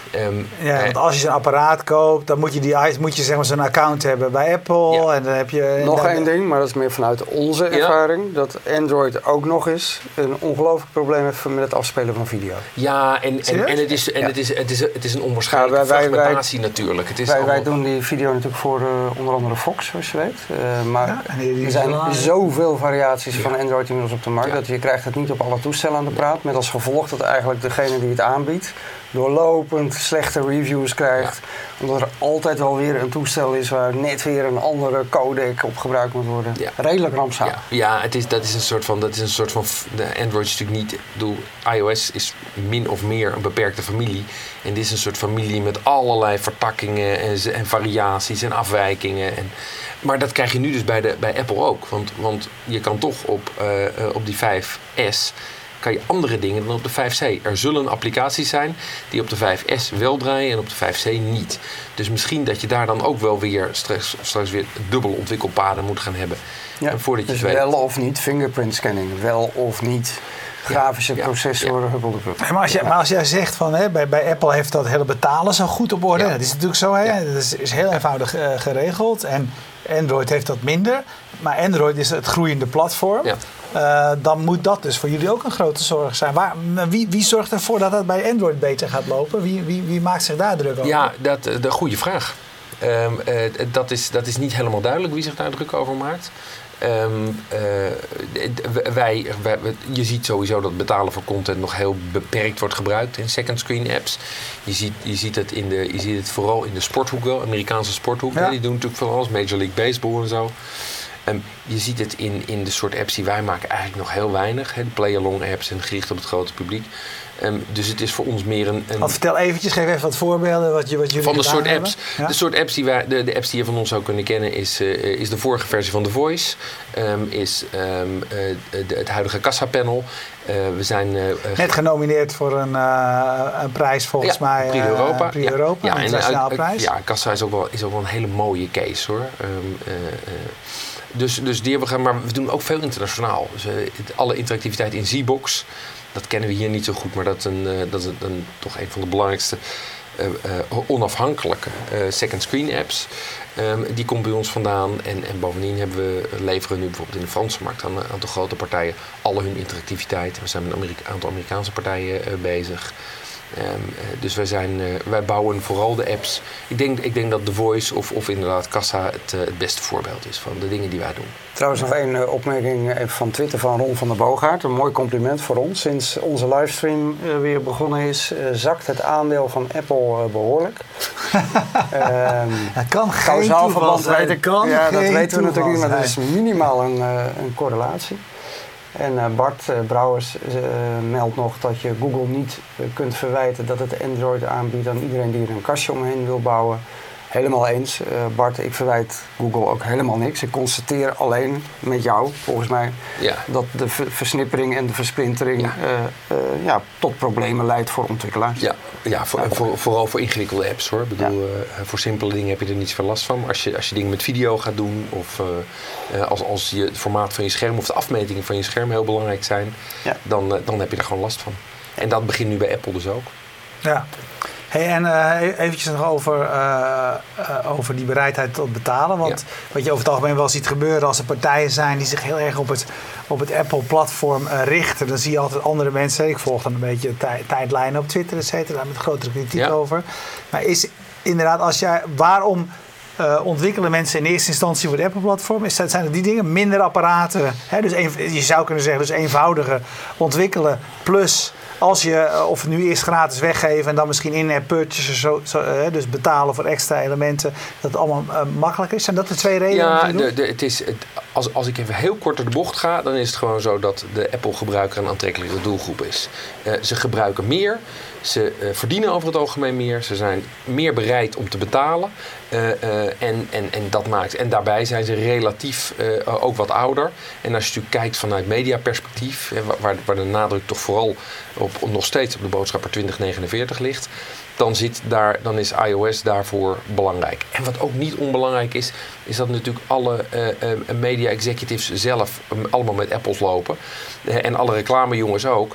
Um, Ja, want als je zo'n apparaat koopt, dan moet je, die, moet je zeg maar zo'n account hebben bij Apple. Ja. En dan heb je... Nog dan, één ding, maar dat is meer vanuit onze ervaring. Dat Android ook nog eens een ongelooflijk probleem heeft met het afspelen van video. Ja, en, en, en, het, is, en Ja. het, is, het, is, het is een onwaarschijnlijke Ja, wij- wij- fragmentatie natuurlijk. Het is Wij, allemaal- wij doen die video natuurlijk voor uh, onder andere Fox, zoals je weet. Uh, maar Ja, en die- die er zijn is- zoveel variaties Ja. van Android inmiddels op de markt... Ja. dat je krijgt het niet op alle toestellen aan de praat. Met als gevolg dat eigenlijk degene die het aanbiedt... doorlopend slechte reviews krijgt. Omdat er altijd wel weer een toestel is... waar net weer een andere codec op gebruikt moet worden. Ja. Redelijk rampzalig. Ja, ja het is, dat is een soort van. Dat is een soort van de Android is natuurlijk niet. Ik bedoel, iOS is min of meer een beperkte familie. En dit is een soort familie met allerlei vertakkingen en, z- en variaties en afwijkingen. En, maar dat krijg je nu dus bij, de, bij Apple ook. Want, want je kan toch op, uh, uh, op die vijf S. Kan je andere dingen dan op de vijf C. Er zullen applicaties zijn die op de vijf S wel draaien en op de vijf C niet. Dus misschien dat je daar dan ook wel weer straks, straks weer dubbele ontwikkelpaden moet gaan hebben. Ja, En voordat je dus het weet- wel of niet fingerprint scanning. Wel of niet grafische ja, processoren. huppeldepup. Nee, maar, als jij, maar als jij zegt van hè, bij, bij Apple heeft dat hele betalen zo goed op orde. Ja. Dat is natuurlijk zo. Hè? Ja. Dat is, is heel eenvoudig uh, geregeld. En Android heeft dat minder. Maar Android is het groeiende platform. Ja. Uh, dan moet dat dus voor jullie ook een grote zorg zijn. Waar, wie, wie zorgt ervoor dat dat bij Android beter gaat lopen? Wie, wie, wie maakt zich daar druk over? Ja, dat is een goede vraag. Um, uh, dat, is, dat is niet helemaal duidelijk wie zich daar druk over maakt. Um, uh, wij, wij, je ziet sowieso dat betalen voor content nog heel beperkt wordt gebruikt in second screen apps. Je ziet, je ziet, het, in de, je ziet het vooral in de sporthoek wel, Amerikaanse sporthoek. Ja. Die doen natuurlijk vooral als Major League Baseball en zo. Um, je ziet het in, in de soort apps die wij maken eigenlijk nog heel weinig. Hè, de play-along apps en gericht op het grote publiek. Um, dus het is voor ons meer een... een Want vertel eventjes, geef even wat voorbeelden wat, je, wat jullie van de gedaan soort hebben. apps. Ja? De soort apps die wij, de, de apps die je van ons zou kunnen kennen is, uh, is de vorige versie van The Voice. Um, is um, uh, de, het huidige kassapanel. Uh, we zijn uh, Net genomineerd voor een, uh, een prijs volgens ja, mij. Prix Europa. Prix ja, Europa, ja, een en, internationale uh, prijs. Ja, kassa is ook, wel, is ook wel een hele mooie case hoor. Um, uh, uh, dus, dus die hebben we gaan, maar we doen ook veel internationaal. Dus, uh, alle interactiviteit in Z-Box. Dat kennen we hier niet zo goed, maar dat is, een, uh, dat is een, een, toch een van de belangrijkste uh, uh, onafhankelijke uh, second screen apps. Um, die komt bij ons vandaan. En, en bovendien hebben we, leveren nu bijvoorbeeld in de Franse markt aan een aantal grote partijen alle hun interactiviteit. We zijn met een Amerika- aantal Amerikaanse partijen uh, bezig. Um, uh, dus wij, zijn, uh, wij bouwen vooral de apps. Ik denk, ik denk dat The Voice of, of inderdaad Kassa het, uh, het beste voorbeeld is van de dingen die wij doen. Trouwens nog één uh, opmerking even van Twitter van Ron van der Boogaard. Een mooi compliment voor ons. Sinds onze livestream uh, weer begonnen is, uh, zakt het aandeel van Apple uh, behoorlijk. um, Dat kan geen Kausaal toeval verband zijn. weten, Dat kan ja, dat geen weten we natuurlijk niet, maar er is toeval minimaal een, uh, een correlatie. En uh, Bart uh, Brouwers uh, meldt nog dat je Google niet uh, kunt verwijten dat het Android aanbiedt aan iedereen die er een kastje omheen wil bouwen. Helemaal eens. Uh, Bart, ik verwijt Google ook helemaal niks. Ik constateer alleen met jou, volgens mij, Ja. dat de ver- versnippering en de versplintering Ja. uh, uh, ja, tot problemen leidt voor ontwikkelaars. Ja, ja voor, voor, vooral voor ingewikkelde apps hoor. Ik bedoel, uh, voor simpele dingen heb je er niet zoveel last van. Maar als je, als je dingen met video gaat doen of uh, uh, als, als je het formaat van je scherm of de afmetingen van je scherm heel belangrijk zijn, Ja. dan, uh, dan heb je er gewoon last van. En dat begint nu bij Apple dus ook. Ja. Hey, en uh, eventjes nog over, uh, uh, over die bereidheid tot betalen. Want Ja. wat je over het algemeen wel ziet gebeuren als er partijen zijn die zich heel erg op het, op het Apple-platform uh, richten. Dan zie je altijd andere mensen. Ik volg dan een beetje tij- tijdlijnen op Twitter, et cetera, daar met grotere kritiek Ja. over. Maar is inderdaad, als jij, waarom uh, ontwikkelen mensen in eerste instantie voor het Apple-platform? Is dat, zijn het die dingen? Minder apparaten. Hè? Dus een, je zou kunnen zeggen, dus eenvoudiger ontwikkelen plus. Als je, of nu eerst gratis weggeven en dan misschien in-app purchases, zo, zo, uh, dus betalen voor extra elementen, dat het allemaal uh, makkelijker is. Zijn dat de twee redenen? Ja, om te doen? de, de, het is, het, als, als ik even heel kort door de bocht ga, dan is het gewoon zo dat de Apple-gebruiker een aantrekkelijke doelgroep is. Uh, ze gebruiken meer, ze uh, verdienen over het algemeen meer, ze zijn meer bereid om te betalen. Uh, uh, en, en, en dat maakt. En daarbij zijn ze relatief uh, ook wat ouder. En als je natuurlijk kijkt vanuit mediaperspectief, eh, waar, waar de nadruk toch vooral op, nog steeds op de boodschapper twintig negenenveertig ligt, dan, zit daar, dan is iOS daarvoor belangrijk. En wat ook niet onbelangrijk is, is dat natuurlijk alle uh, uh, media executives zelf um, allemaal met Apples lopen. Uh, en alle reclamejongens ook.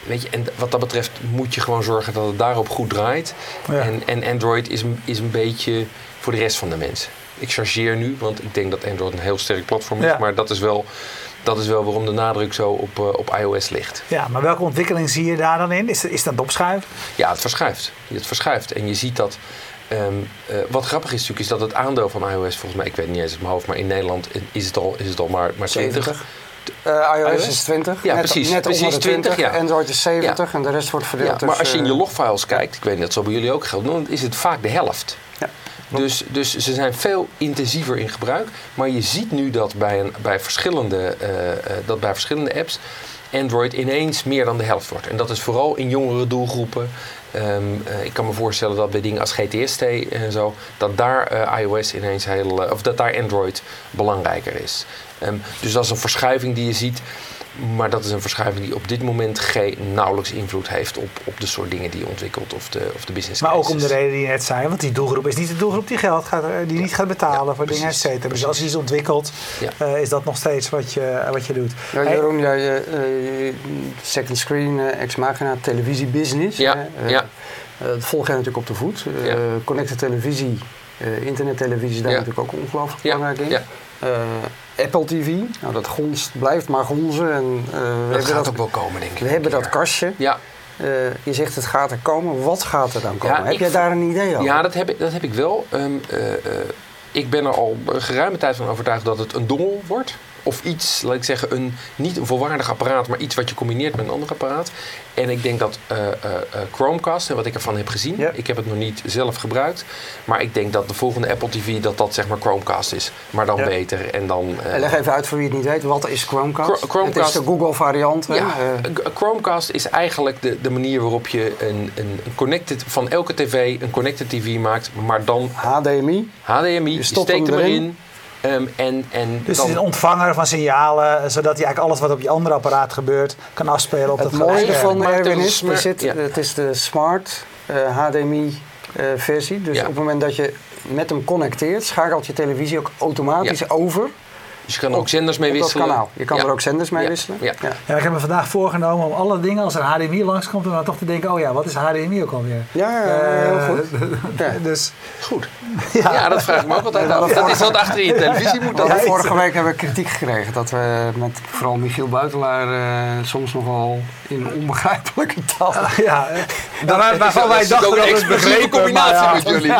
weet je, en wat dat betreft moet je gewoon zorgen dat het daarop goed draait. Ja. En, en Android is, een- is een beetje voor de rest van de mensen. Ik chargeer nu, want ik denk dat Android een heel sterk platform is. Ja. Maar dat is wel, dat is wel waarom de nadruk zo op, uh, op iOS ligt. Ja, maar welke ontwikkeling zie je daar dan in? Is, is dat opschuiven? Ja, het verschuift. Het verschuift. En je ziet dat... Um, uh, wat grappig is natuurlijk, is dat het aandeel van iOS, volgens mij, ik weet het niet eens uit mijn hoofd, maar in Nederland is het al, is het al maar, maar twintig. zeventig. Uh, iOS iOS? is twintig. Ja, net, precies. Net Precies onder de twintig. twintig, ja. Android is zeventig en de rest wordt verdeeld Ja, maar als je in je tussen- logfiles kijkt, ik weet niet, dat zal bij jullie ook gelden, dan is het vaak de helft. Ja. Dus, dus ze zijn veel intensiever in gebruik. Maar je ziet nu dat bij, een, bij, verschillende, uh, uh, dat bij verschillende apps Android ineens meer dan de helft wordt. En dat is vooral in jongere doelgroepen. Um, uh, ik kan me voorstellen dat bij dingen als G T S T en zo, dat daar uh, iOS ineens heel, uh, of dat daar Android belangrijker is. Um, dus dat is een verschuiving die je ziet. Maar dat is een verschuiving die op dit moment geen nauwelijks invloed heeft op, op de soort dingen die je ontwikkelt of de, of de business Maar ook cases. om de reden die je net zei. Want die doelgroep is niet de doelgroep die geld gaat, die niet gaat betalen Ja, voor dingen, et precies, cetera. Dus als je iets ontwikkelt, Ja. uh, is dat nog steeds wat je, wat je doet. Ja, Hey, Jeroen, ja, je, uh, second screen, uh, ex machina, televisiebusiness. Ja, hè, uh, ja. uh, dat volg jij natuurlijk op de voet. Uh, Ja. Connected televisie, uh, internettelevisie is daar Ja. natuurlijk ook ongelooflijk Ja, belangrijk in. ja. Uh, Apple T V, nou, dat gonst, blijft maar gonzen. En, uh, we Dat hebben gaat dat, ook wel komen, denk ik. we hebben een dat keer. kastje. Ja, Uh, je zegt het gaat er komen. Wat gaat er dan komen? Ja, Heb ik jij vo- daar een idee over? ja dat, heb ik, dat heb ik wel. Um, uh, uh, ik ben er al een geruime tijd van overtuigd dat het een dongel wordt. Of iets, laat ik zeggen, een, niet een volwaardig apparaat, maar iets wat je combineert met een ander apparaat. En ik denk dat uh, uh, uh, Chromecast, en wat ik ervan heb gezien, Ja. ik heb het nog niet zelf gebruikt, maar ik denk dat de volgende Apple T V, dat dat zeg maar Chromecast is. Maar dan Ja. beter en dan... Uh, En leg even uit voor wie het niet weet. Wat is Chromecast? Chr- Chromecast- Het is de Google variant. hè? Ja, Uh, G- Chromecast is eigenlijk de, de manier waarop je een, een connected, van elke tv een connected T V maakt, maar dan H D M I. H D M I, Je je stopt steekt hem hem erin. erin. Um, en, en Dus dan, het is een ontvanger van signalen, zodat hij eigenlijk alles wat op je andere apparaat gebeurt, kan afspelen op Het dat mooie grote scherm. van Maar het Erwin is is, smart, er zit, ja. het is de smart uh, H D M I uh, versie. Dus Ja. op het moment dat je met hem connecteert, schakelt je televisie ook automatisch Ja. over dus je kan er ook zenders mee op dat wisselen. kanaal. Je kan Ja. er ook zenders mee Ja. wisselen. Ja. Ja, ik heb me vandaag voorgenomen om alle dingen, als er H D M I langskomt, om dan toch te denken, oh ja, wat is H D M I ook alweer? Ja, ja, heel Eh, goed. Ja. Dus, Goed. ja. Ja, dat vraag ik me ook altijd af. Dat is wat achter in je televisie moet We dan. hadden vorige week hebben we kritiek gekregen dat we met vooral Michiel Buitelaar uh, soms nogal in onbegrijpelijke taal. ja, daar, waarvan wij Dat is dachten ook dat een we het explosieve begrepen, combinatie maar ja. met jullie.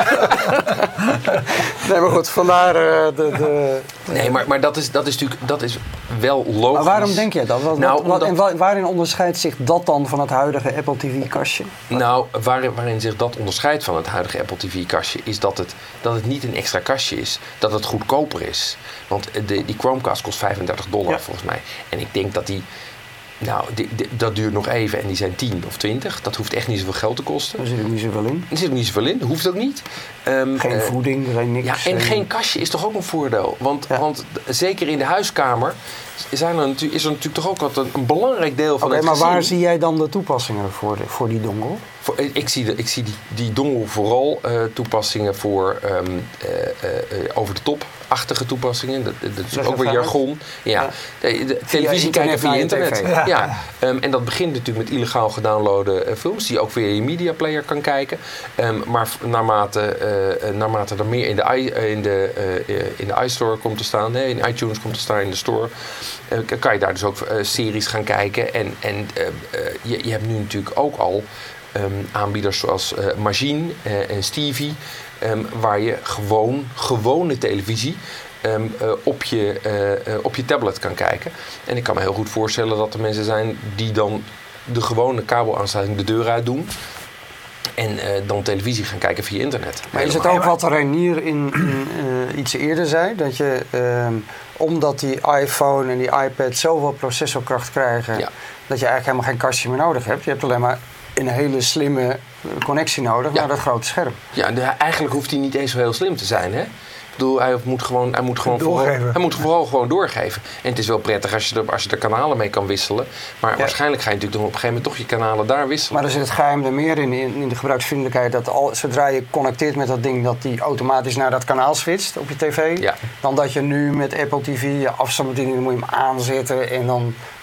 Ja. Nee, maar goed, vandaar uh, de, de... Nee, maar, maar dat, is, dat is natuurlijk dat is wel logisch. Maar waarom denk jij dat? Wat, Nou, wat, wat- omdat- en wa- waarin onderscheidt zich dat dan van het huidige Apple T V-kastje? Nou, waar, waarin zich dat onderscheidt van het huidige Apple T V-kastje, is dat het, dat het niet een extra kastje is. Dat het goedkoper is. Want de, die Chromecast kost vijfendertig dollar Ja. volgens mij. En ik denk dat die... Nou, die, die- dat duurt nog even en die zijn tien of twintig. Dat hoeft echt niet zoveel geld te kosten. Daar zit ik niet zoveel in. Er zit ook niet zoveel in, dat hoeft ook niet. Ehm, Geen eh, voeding, geen niks. Ja, en eh, geen kastje is toch ook een voordeel? Want, Ja. want zeker in de huiskamer zijn er natuurlijk, is er natuurlijk toch ook wat een, een belangrijk deel van Oké, het maar gezin. waar zie jij dan de toepassingen voor, de, voor die dongle? Voor- Ik zie, de, ik zie die, die dongel vooral uh, toepassingen voor um, uh, uh, uh, over-de-top-achtige toepassingen. Dat, dat is Leg ook even weer uit. jargon. Ja, de, de televisie internet kijken via naar je internet. tv. Ja. Ja. Um, en dat begint natuurlijk met illegaal gedownloade uh, films die je ook via je media player kan kijken. Um, maar v- naarmate, uh, uh, naarmate er meer in de, i, uh, in, de, uh, uh, in de iStore komt te staan, nee, in iTunes komt te staan, in de store, uh, kan je daar dus ook uh, series gaan kijken. En, en uh, uh, je, je hebt nu natuurlijk ook al Um, aanbieders zoals uh, Magine uh, en Stevie, um, waar je gewoon gewone televisie um, uh, op, je, uh, uh, op je tablet kan kijken. En ik kan me heel goed voorstellen dat er mensen zijn die dan de gewone kabelaansluiting de deur uit doen en uh, dan televisie gaan kijken via internet. Maar is het ook wat Reinier in, in uh, iets eerder zei? Dat je, um, omdat die iPhone en die iPad zoveel processorkracht krijgen, Ja. dat je eigenlijk helemaal geen kastje meer nodig hebt. Je hebt alleen maar een hele slimme connectie nodig Ja. naar dat grote scherm. Ja, de, eigenlijk hoeft hij niet eens zo heel slim te zijn, hè? Ik bedoel, hij moet gewoon, hij moet gewoon vooral, Doorgeven. hij moet vooral gewoon doorgeven. En het is wel prettig als je er, als je er kanalen mee kan wisselen. Maar Ja. waarschijnlijk ga je natuurlijk dan op een gegeven moment toch je kanalen daar wisselen. Maar er zit het geheim er meer in, in, in de gebruiksvriendelijkheid. Dat al, zodra je connecteert met dat ding, dat die automatisch naar dat kanaal switcht op je tv. Ja. Dan dat je nu met Apple T V, je afstandsbediening, dan moet je hem aanzetten en dan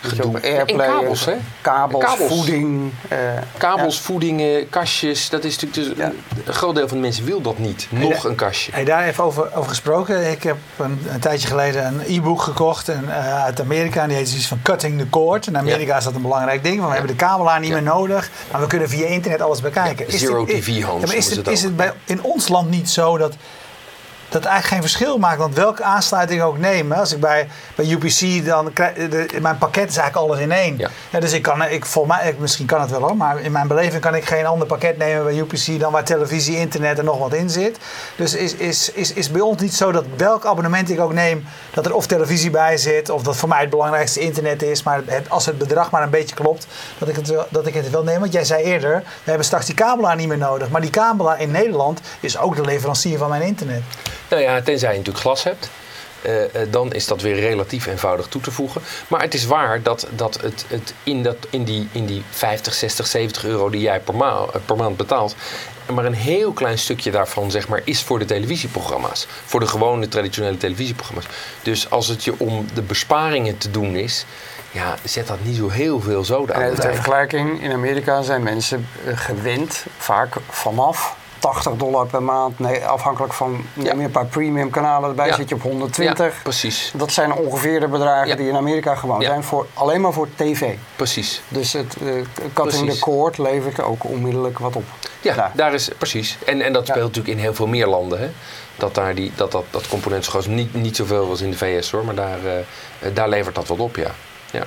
Gedoe. Op Airplay, En kabels, hè? Kabels, Kabels. voeding. Uh, Kabels, ja. voedingen, kastjes. Dat is natuurlijk dus Ja. een, een groot deel van de mensen wil dat niet. Nog een kastje. Hey, daar even over, over gesproken. Ik heb een, een tijdje geleden een e-book gekocht en, uh, uit Amerika. En die heet iets van Cutting the Cord. In Amerika Ja. is dat een belangrijk ding. Want we Ja. hebben de kabelaar niet Ja. meer nodig. Maar we kunnen via internet alles bekijken. Ja, Is zero dit- T V homes ja, maar is noemen ze het, het is ook. het bij, in ons land niet zo dat dat eigenlijk geen verschil maakt? Want welke aansluiting ik ook neem. Als ik bij, bij U P C dan krijg, de, mijn pakket is eigenlijk alles in één. Ja. Ja, dus ik kan, ik, voor mij, ik, misschien kan het wel hoor, maar in mijn beleving kan ik geen ander pakket nemen bij U P C dan waar televisie, internet en nog wat in zit. Dus is, is, is, is bij ons niet zo dat welk abonnement ik ook neem, dat er of televisie bij zit, of dat voor mij het belangrijkste internet is, maar het, als het bedrag maar een beetje klopt, dat ik, het wel, dat ik het wel neem. Want jij zei eerder, we hebben straks die kabelaar niet meer nodig. Maar die kabelaar in Nederland is ook de leverancier van mijn internet. Nou ja, tenzij je natuurlijk glas hebt. Uh, uh, dan is dat weer relatief eenvoudig toe te voegen. Maar het is waar dat, dat het, het in, dat, in, die, in die vijftig, zestig, zeventig euro die jij per, ma- per maand betaalt, maar een heel klein stukje daarvan zeg maar, is voor de televisieprogramma's. Voor de gewone traditionele televisieprogramma's. Dus als het je om de besparingen te doen is, ja, zet dat niet zo heel veel zoden aan. En de ter dijk. vergelijking, in Amerika zijn mensen uh, gewend, vaak vanaf tachtig dollar per maand. Nee, afhankelijk van, neem je Ja. een paar premium kanalen erbij, Ja. zit je op honderdtwintig. Ja, precies. Dat zijn ongeveer de bedragen Ja. die in Amerika gewoon Ja. zijn, voor, alleen maar voor tv. Precies. Dus het uh, cutting Precies. the cord levert ook onmiddellijk wat op. Ja, Daar. daar is precies. En, en dat Ja. speelt natuurlijk in heel veel meer landen. Hè? Dat daar die, dat, dat, dat component zo groot is. Niet, niet zoveel als in de V S hoor, maar daar, uh, daar levert dat wat op, ja. ja.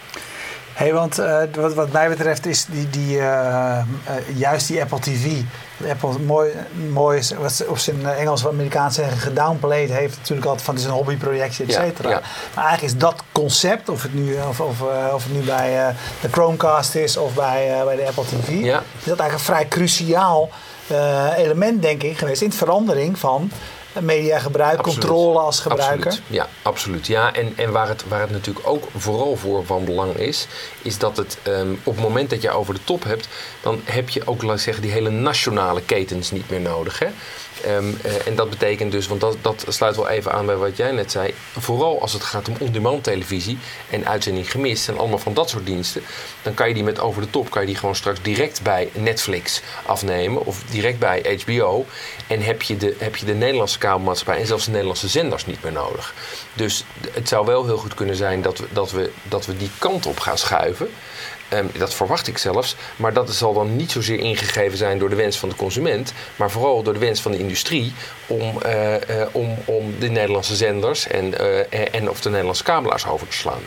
Hey, want uh, wat, wat mij betreft is die, die, uh, uh, juist die Apple T V. Apple mooi, mooi is, wat ze op zijn Engels of Amerikaans zeggen, gedownplayed heeft natuurlijk altijd van het is een hobbyprojectje, et cetera. Ja, ja. Maar eigenlijk is dat concept, of het nu, of, of, uh, of het nu bij uh, de Chromecast is of bij, uh, bij de Apple T V, Ja. is dat eigenlijk een vrij cruciaal uh, element, denk ik, geweest in de verandering van mediagebruik, Absoluut. controle als gebruiker. Absoluut. Ja, absoluut. Ja, en en waar, het, waar het natuurlijk ook vooral voor van belang is, is dat het um, op het moment dat je over de top hebt, dan heb je ook, laat ik zeggen, die hele nationale ketens niet meer nodig. Hè? Um, uh, en dat betekent dus, want dat, dat sluit wel even aan bij wat jij net zei, vooral als het gaat om on-demand televisie en uitzending gemist en allemaal van dat soort diensten, dan kan je die met over de top, kan je die gewoon straks direct bij Netflix afnemen of direct bij H B O en heb je de, heb je de Nederlandse kabelmaatschappij en zelfs de Nederlandse zenders niet meer nodig. Dus het zou wel heel goed kunnen zijn dat we, dat we, dat we die kant op gaan schuiven. Um, dat verwacht ik zelfs, maar dat zal dan niet zozeer ingegeven zijn door de wens van de consument, maar vooral door de wens van de industrie om, uh, uh, om, om de Nederlandse zenders en, uh, en of de Nederlandse kabelaars over te slaan.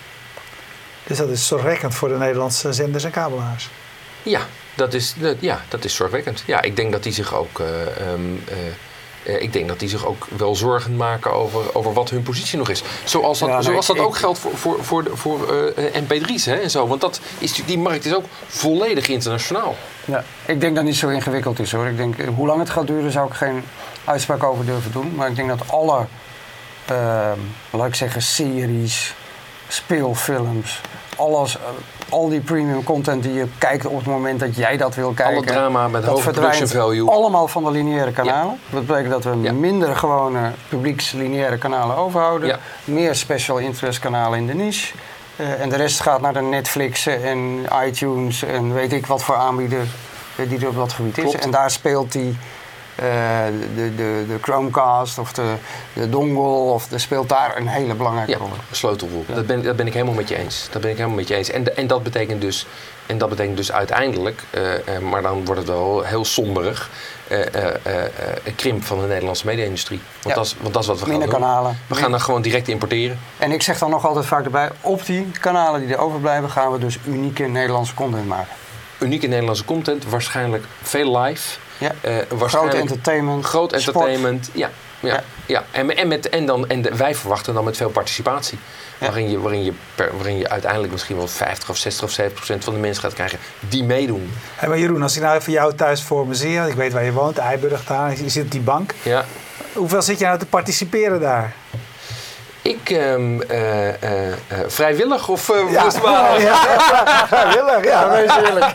Dus dat is zorgwekkend voor de Nederlandse zenders en kabelaars. Ja, dat is, dat, ja, dat is zorgwekkend. Ja, ik denk dat die zich ook... Uh, um, uh, Uh, ik denk dat die zich ook wel zorgen maken over, over wat hun positie nog is. Zoals dat, Ja, nee, zoals dat ik, ook geldt voor, voor, voor, de, voor uh, M P drie's hè, en zo. Want dat is, die markt is ook volledig internationaal. Ja, ik denk dat het niet zo ingewikkeld is hoor. Ik denk, hoe lang het gaat duren zou ik geen uitspraak over durven doen. Maar ik denk dat alle, uh, laat ik zeggen, series, speelfilms, alles, uh, al die premium content die je kijkt op het moment dat jij dat wil kijken. Alle drama met dat hoge production verdwijnt value. allemaal van de lineaire kanalen. Dat betekent dat we Ja. minder gewone publieks-lineaire kanalen overhouden. Ja. Meer special interest kanalen in de niche. Uh, en de rest gaat naar de Netflix en iTunes en weet ik wat voor aanbieder uh, die er op dat gebied is. Klopt. En daar speelt die uh, de, de, de Chromecast of de, de dongle of de speelt daar een hele belangrijke Ja, rol. een sleutelrol. Ja. Dat, ben, dat ben ik helemaal met je eens. Dat ben ik helemaal met je eens. En, de, en, dat, betekent dus, en dat betekent dus uiteindelijk, uh, uh, maar dan wordt het wel heel somberig, uh, uh, uh, uh, een krimp van de Nederlandse media-industrie. Want, Ja. dat is, want dat is wat we gaan Minder doen. kanalen. We gaan dan gewoon direct importeren. En ik zeg dan nog altijd vaak erbij, op die kanalen die er overblijven gaan we dus unieke Nederlandse content maken. Unieke Nederlandse content, waarschijnlijk veel live. Ja. Uh, Groot waarschijnlijk entertainment, groot sport. entertainment. Ja, ja, Ja. ja. En, en, met, en, dan, en de, wij verwachten dan met veel participatie. Ja. Waarin, je, waarin, je per, waarin je uiteindelijk misschien wel vijftig of zestig of zeventig procent van de mensen gaat krijgen die meedoen. Hey, maar Jeroen, als ik nou even jou thuis voor me zie, want ik weet waar je woont, Eiburg daar, je zit op die bank. Ja. Hoeveel zit jij nou te participeren daar? Ik, um, uh, uh, uh, vrijwillig of uh, Ja, ja, ja, vrijwillig, ja, wees eerlijk.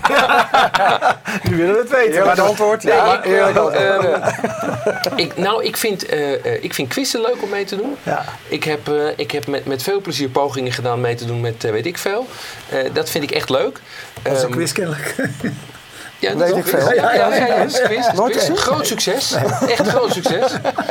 Nu willen we het weten. Eerlijk Maar de- antwoord. Nee, Ja, ik, eerlijk uh, antwoord. um, ik, nou, ik vind, uh, uh, ik vind quizzen leuk om mee te doen. Ja. Ik heb, uh, ik heb met, met veel plezier pogingen gedaan mee te doen met uh, weet ik veel. Uh, dat vind ik echt leuk. Dat is een Um, quiz kennelijk. Ja, dat Weet is ik een quiz. veel. Ja, ja, ja, ja, dat is een quiz. Nooit Quiz. echt. Groot succes. Echt groot succes.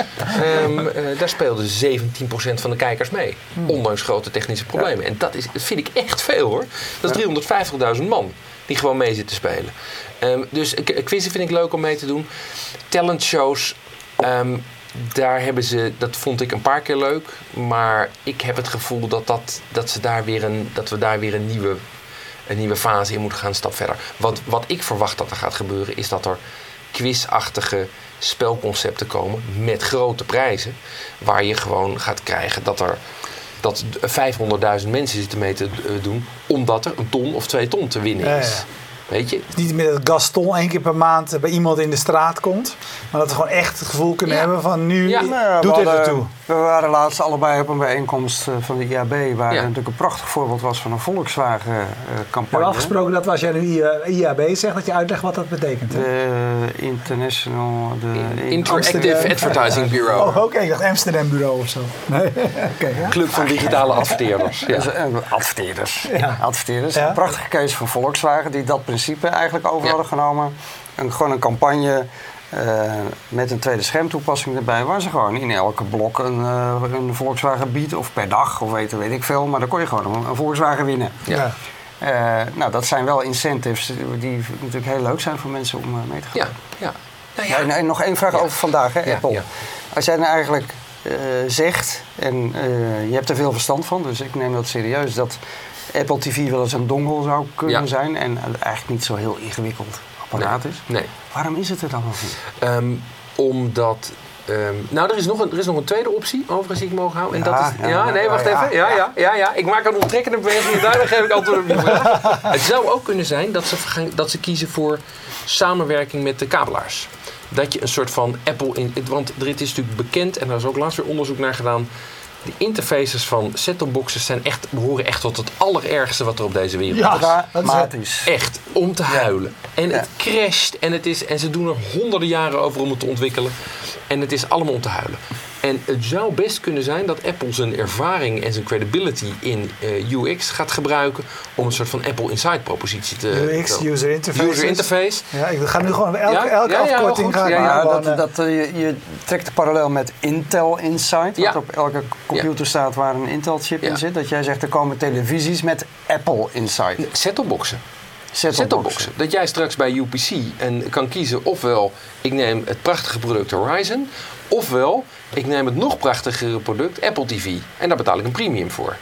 Um, uh, daar speelden zeventien procent van de kijkers mee. Ondanks grote technische problemen. En dat, is, dat vind ik echt veel hoor. Dat is driehonderdvijftigduizend man die gewoon mee zitten spelen. Um, dus k- quizzen vind ik leuk om mee te doen. Talentshows, um, daar hebben ze, dat vond ik een paar keer leuk. Maar ik heb het gevoel dat, dat, dat, ze daar weer een, dat we daar weer een nieuwe... een nieuwe fase in moet gaan, een stap verder. Wat, wat ik verwacht dat er gaat gebeuren, is dat er quizachtige spelconcepten komen met grote prijzen. Waar je gewoon gaat krijgen dat er dat vijfhonderdduizend mensen zitten mee te uh, doen, omdat er een ton of twee ton te winnen Ja, is. ja. Weet je? Niet meer dat Gaston één keer per maand bij iemand in de straat komt. Maar dat we gewoon echt het gevoel kunnen Ja. hebben van nu Ja. Nou ja, doet we het hadden- ertoe. We waren laatst allebei op een bijeenkomst eh, van de I A B, waar Ja. natuurlijk een prachtig voorbeeld was van een We hebben Volkswagen-campagne. afgesproken dat we als jij nu I A B zegt, dat je uitlegt wat dat betekent. Hè? De International... De Interactive Amsterdam. Advertising Bureau. Oh, oké, ik dacht Amsterdam Bureau of zo. Nee, oké. ja. Club van digitale adverteerders. Ja. Dus, eh, adverteerders. Ja. adverteerders. Ja. Een prachtige case van Volkswagen die dat principe eigenlijk over Ja. hadden genomen. Een, gewoon een campagne uh, met een tweede schermtoepassing erbij, waar ze gewoon in elke blok een, uh, een Volkswagen biedt, of per dag, of weet, weet ik veel. Maar dan kon je gewoon een, een Volkswagen winnen. Ja. Uh, nou, dat zijn wel incentives die natuurlijk heel leuk zijn voor mensen om uh, mee te gaan. Ja. Ja. Nou ja. Ja, en, en nog één vraag Ja. over vandaag, hè, Ja, Apple. ja. Als jij nou eigenlijk uh, zegt, en uh, je hebt er veel verstand van, dus ik neem dat serieus, dat Apple T V wel eens een dongle zou kunnen Ja. zijn en eigenlijk niet zo heel ingewikkeld apparaat is. Nee. Waarom is het er dan nog niet? Um, omdat... Um, nou, er is, nog een, er is nog een tweede optie, overigens, die ik mogen houden. En Ja, dat is, ja, ja, nee, wacht ja, even. Ja, ja, ja, ja. Ik maak een onttrekkende beweging en daarna geef ik antwoord op je vraag. Het zou ook kunnen zijn dat ze, gaan, dat ze kiezen voor samenwerking met de kabelaars. Dat je een soort van Apple... In, want er is natuurlijk bekend, en daar is ook laatst weer onderzoek naar gedaan... De interfaces van set-top-boxes zijn echt, behoren echt tot het allerergste wat er op deze wereld Ja. is. Dramatisch. Echt, om te huilen. En Ja. het crasht en, het is, en ze doen er honderden jaren over om het te ontwikkelen. En het is allemaal om te huilen. En het zou best kunnen zijn dat Apple zijn ervaring en zijn credibility in uh, U X gaat gebruiken om een soort van Apple Insight propositie te... U X, user interface. User interface. Ja, ik ga nu gewoon elke, Ja? elke Ja, ja, afkorting heel goed. gaan. Ja, ja, Maar gewoon, dat, eh, dat, uh, je, je trekt de parallel met Intel Insight, Ja. wat op elke computer staat waar een Intel-chip Ja. in zit. Dat jij zegt, er komen televisies met Apple Insight. Set-topboxen. Set-top-boxen. Set-topboxen. Dat jij straks bij U P C en kan kiezen ofwel ik neem het prachtige product Horizon, ofwel ik neem het nog prachtigere product Apple T V. En daar betaal ik een premium voor.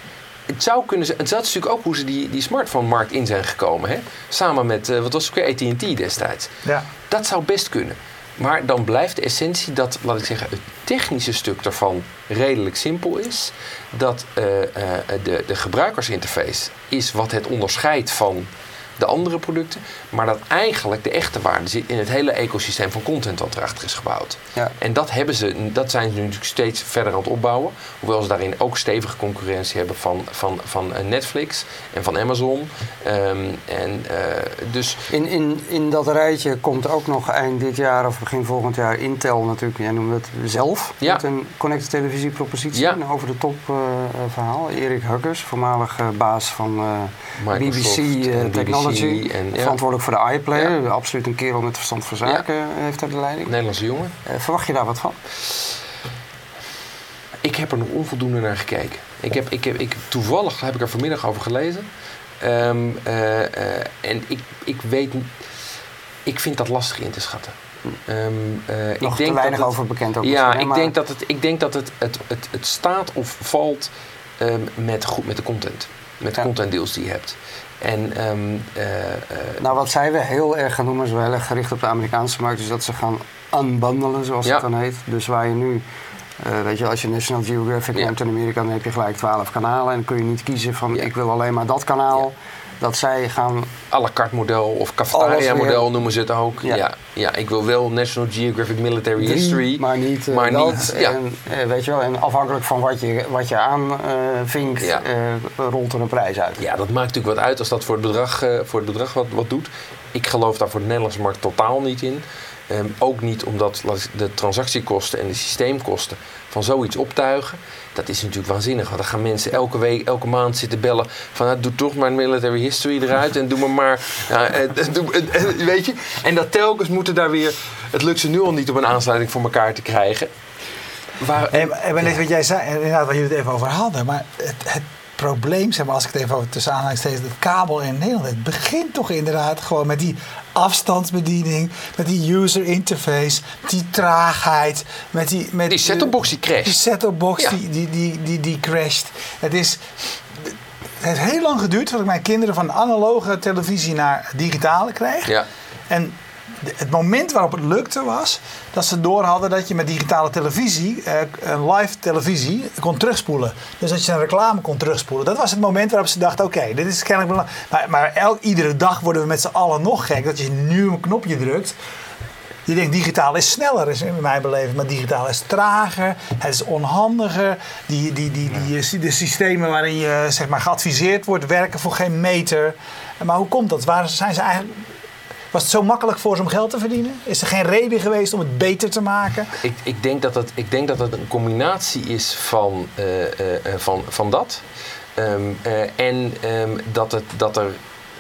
Het zou kunnen zijn, dat is natuurlijk ook hoe ze die, die smartphone-markt in zijn gekomen. Hè? Samen met, uh, wat was het ook weer, A T en T destijds. ja. Dat zou best kunnen. Maar dan blijft de essentie dat, laat ik zeggen, het technische stuk daarvan redelijk simpel is. Dat uh, uh, de, de gebruikersinterface is wat het onderscheidt van de andere producten. Maar dat eigenlijk de echte waarde zit in het hele ecosysteem van content wat erachter is gebouwd. Ja. En dat, hebben ze, dat zijn ze nu natuurlijk steeds verder aan het opbouwen. Hoewel ze daarin ook stevige concurrentie hebben van, van, van Netflix en van Amazon. Um, en, uh, dus In, in, in dat rijtje komt ook nog eind dit jaar of begin volgend jaar Intel natuurlijk, jij noemde het zelf, Ja. met een connected televisiepropositie, Ja. een over de top uh, verhaal. Erik Huggers, voormalig uh, baas van uh, Microsoft B B C uh, en Technology, en, ja, verantwoordelijk voor de iPlayer, Ja. absoluut een kerel met verstand van zaken uh, heeft daar de leiding. Nederlandse jongen. Uh, verwacht je daar wat van? Ik heb er nog onvoldoende naar gekeken. Ik heb, ik heb, ik, toevallig heb ik er vanmiddag over gelezen. Um, uh, uh, en ik, ik weet niet... Ik vind dat lastig in te schatten. Um, uh, Nog ik denk te weinig dat het, over bekend ook. Ja, misschien, hè, ik maar- denk dat het, ik denk dat het, het, het, het staat of valt um, met, goed, met de content. Met de Ja. contentdeals die je hebt. En, um, uh, uh, Nou, wat zij we heel erg gaan noemen, is wel heel erg gericht op de Amerikaanse markt, is dat ze gaan unbundelen, zoals Ja. het dan heet. Dus waar je nu, uh, weet je, als je National Geographic Ja. neemt in Amerika, dan heb je gelijk twaalf kanalen en dan kun je niet kiezen van Ja. ik wil alleen maar dat kanaal. dat zij gaan... à la carte model of cafetaria model noemen ze het ook. Ja. Ja. Ja, ik wil wel National Geographic Military Drie, History. maar niet, uh, maar dat. niet ja. En, uh, weet je wel, en afhankelijk van wat je, wat je aanvinkt, uh, Ja. uh, rolt er een prijs uit. Ja, dat maakt natuurlijk wat uit als dat voor het bedrag, uh, voor het bedrag wat, wat doet. Ik geloof daar voor de Nederlandse markt totaal niet in. Um, ook niet omdat de transactiekosten en de systeemkosten van zoiets optuigen. Dat is natuurlijk waanzinnig. Want dan gaan mensen elke week, elke maand zitten bellen van nou, doe toch maar een military history eruit en doe me maar, ja, en, doe, en, en, weet je. En dat telkens moeten daar weer, het lukt ze nu al niet om een aansluiting voor elkaar te krijgen. Waar, en, en, en net wat jij zei, inderdaad, waar jullie het even over hadden, maar het, het probleem, zeg maar, als ik het even over tussen aanhalingstekens, het kabel in Nederland, het begint toch inderdaad gewoon met die afstandsbediening, met die user interface, die traagheid, met die... Met die set-top-box die crasht. Die set-top-box ja. die, die, die, die, die crasht. Het is... Het heeft heel lang geduurd voordat ik mijn kinderen van analoge televisie naar digitale kreeg. Ja. En het moment waarop het lukte was dat ze door hadden dat je met digitale televisie, eh, een live televisie, kon terugspoelen. Dus dat je een reclame kon terugspoelen. Dat was het moment waarop ze dachten, oké, okay, dit is kennelijk belangrijk. Maar, maar elk, iedere dag worden we met z'n allen nog gek. Dat je nu een knopje drukt. Je denkt, digitaal is sneller, is in mijn beleving. Maar digitaal is trager, het is onhandiger. Die, die, die, die, die, de systemen waarin je zeg maar, geadviseerd wordt, werken voor geen meter. Maar hoe komt dat? Waar zijn ze eigenlijk... Was het zo makkelijk voor ze om geld te verdienen? Is er geen reden geweest om het beter te maken? Ik, ik, denk, dat het, ik denk dat het een combinatie is van, uh, uh, van, van dat. Um, uh, en um, dat, het, dat er.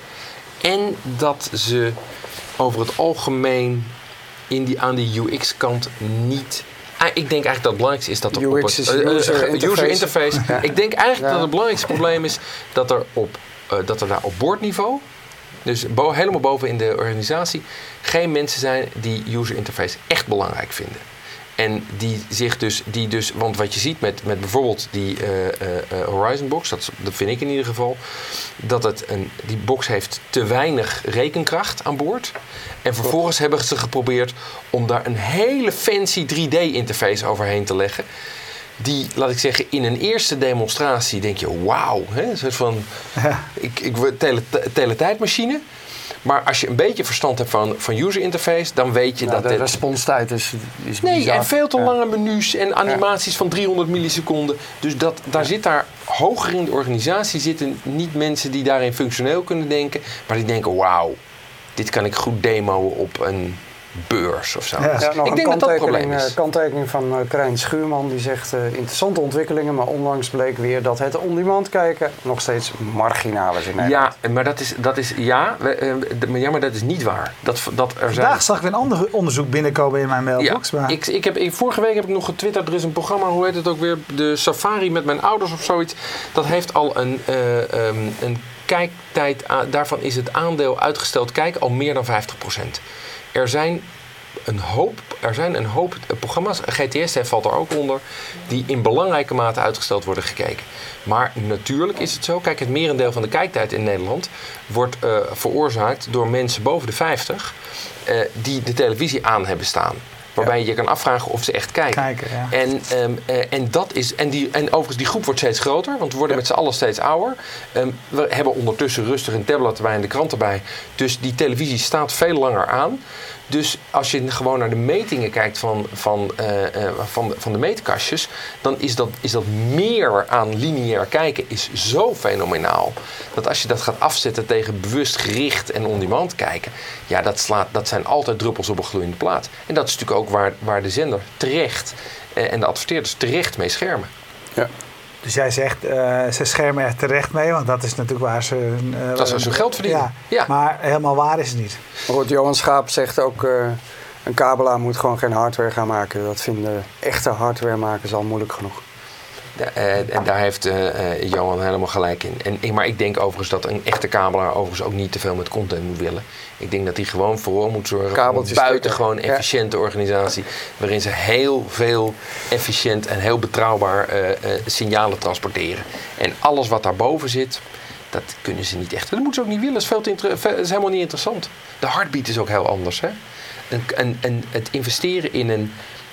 En dat ze over het algemeen in die, aan die U X-kant niet. Ah, ik denk eigenlijk dat het belangrijkste is dat er U X op het is uh, user uh, interface. user interface. Ja. Ik denk eigenlijk Ja. dat het belangrijkste probleem is dat er op uh, dat er daar op boordniveau. Dus bo- helemaal boven in de organisatie geen mensen zijn die user interface echt belangrijk vinden. En die zich dus, die dus want wat je ziet met, met bijvoorbeeld die uh, uh, Horizon box, dat, dat vind ik in ieder geval, dat het een, die box heeft te weinig rekenkracht aan boord. En vervolgens hebben ze geprobeerd om daar een hele fancy drie D interface overheen te leggen. Die, laat ik zeggen, in een eerste demonstratie denk je, wauw, een soort van Ja. ik, ik, tele, teletijdmachine. Maar als je een beetje verstand hebt van, van user interface, dan weet je Ja, dat de dit... responstijd is, is Nee, bizar. en veel te Ja. lange menus en animaties van driehonderd milliseconden. Dus dat, daar zit daar hoger in de organisatie zitten niet mensen die daarin functioneel kunnen denken, maar die denken, wauw, dit kan ik goed demoen op een beurs of zo. Ja. Ja, nog ik een denk dat dat het probleem kanttekening, is. eh, kanttekening van uh, Krijn Schuurman. Die zegt uh, interessante ontwikkelingen, maar onlangs bleek weer dat het on-demand kijken nog steeds marginaal is in Nederland. Ja, maar dat is, dat is ja, we, eh, de- maar ja, maar dat is niet waar. Dat, dat er zijn... Vandaag zag ik weer een ander onderzoek binnenkomen in mijn mailbox. Ja, maar... ik, ik heb, ik, vorige week heb ik nog getwitterd, er is een programma, hoe heet het ook weer, de Safari met mijn ouders of zoiets. Dat heeft al een, uh, um, een kijktijd, uh, daarvan is het aandeel uitgesteld kijken al meer dan vijftig procent. Er zijn een hoop, er zijn een hoop programma's, G T S valt er ook onder, die in belangrijke mate uitgesteld worden gekeken. Maar natuurlijk is het zo, kijk, het merendeel van de kijktijd in Nederland wordt uh, veroorzaakt door mensen boven de vijftig uh, die de televisie aan hebben staan. Waarbij je je kan afvragen of ze echt kijken. Kijken, ja. En, um, uh, en, dat is, en, die, en overigens, die groep wordt steeds groter, want we worden Ja. met z'n allen steeds ouder. Um, we hebben ondertussen rustig een tablet erbij en de krant erbij. Dus die televisie staat veel langer aan. Dus als je gewoon naar de metingen kijkt van, van, uh, uh, van, de, van de meetkastjes, dan is dat, is dat meer aan lineair kijken is zo fenomenaal. Dat als je dat gaat afzetten tegen bewust gericht en on-demand kijken, ja, dat, slaat, dat zijn altijd druppels op een gloeiende plaat. En dat is natuurlijk ook waar, waar de zender terecht uh, en de adverteerders terecht mee schermen. Ja. Dus jij zegt, uh, ze schermen er terecht mee, want dat is natuurlijk waar ze... Uh, Dat is waar ze hun geld verdienen. Ja, Ja. maar helemaal waar is het niet. Maar goed, Johan Schaap zegt ook, uh, een kabelaar moet gewoon geen hardware gaan maken. Dat vinden echte hardwaremakers al moeilijk genoeg. Ja, uh, en daar heeft uh, uh, Johan helemaal gelijk in. En, maar ik denk overigens dat een echte kabelaar overigens ook niet te veel met content moet willen. Ik denk dat hij gewoon vooral moet zorgen Kabeltjes voor een buitengewoon trekken. efficiënte organisatie. Waarin ze heel veel efficiënt en heel betrouwbaar uh, uh, signalen transporteren. En alles wat daarboven zit, dat kunnen ze niet echt. Dat moeten ze ook niet willen. Dat is, veel te inter- dat is helemaal niet interessant. De heartbeat is ook heel anders. Hè? Een, een, een, het investeren in een...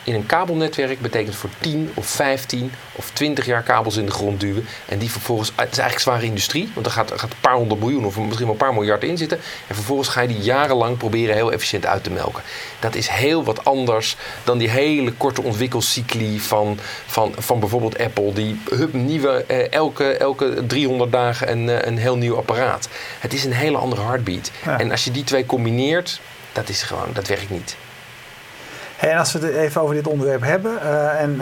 in een kabelnetwerk betekent voor tien of vijftien of twintig jaar kabels in de grond duwen. En die vervolgens, het is eigenlijk zware industrie, want er gaat, er gaat een paar honderd miljoen of misschien wel een paar miljard in zitten. En vervolgens ga je die jarenlang proberen heel efficiënt uit te melken. Dat is heel wat anders dan die hele korte ontwikkelcycli van, van, van bijvoorbeeld Apple. Die hup, nieuwe, eh, elke, elke driehonderd dagen een, uh, een heel nieuw apparaat. Het is een hele andere heartbeat. Ja. En als je die twee combineert, dat is gewoon, dat werkt niet. Hey, en als we het even over dit onderwerp hebben. Uh, en uh,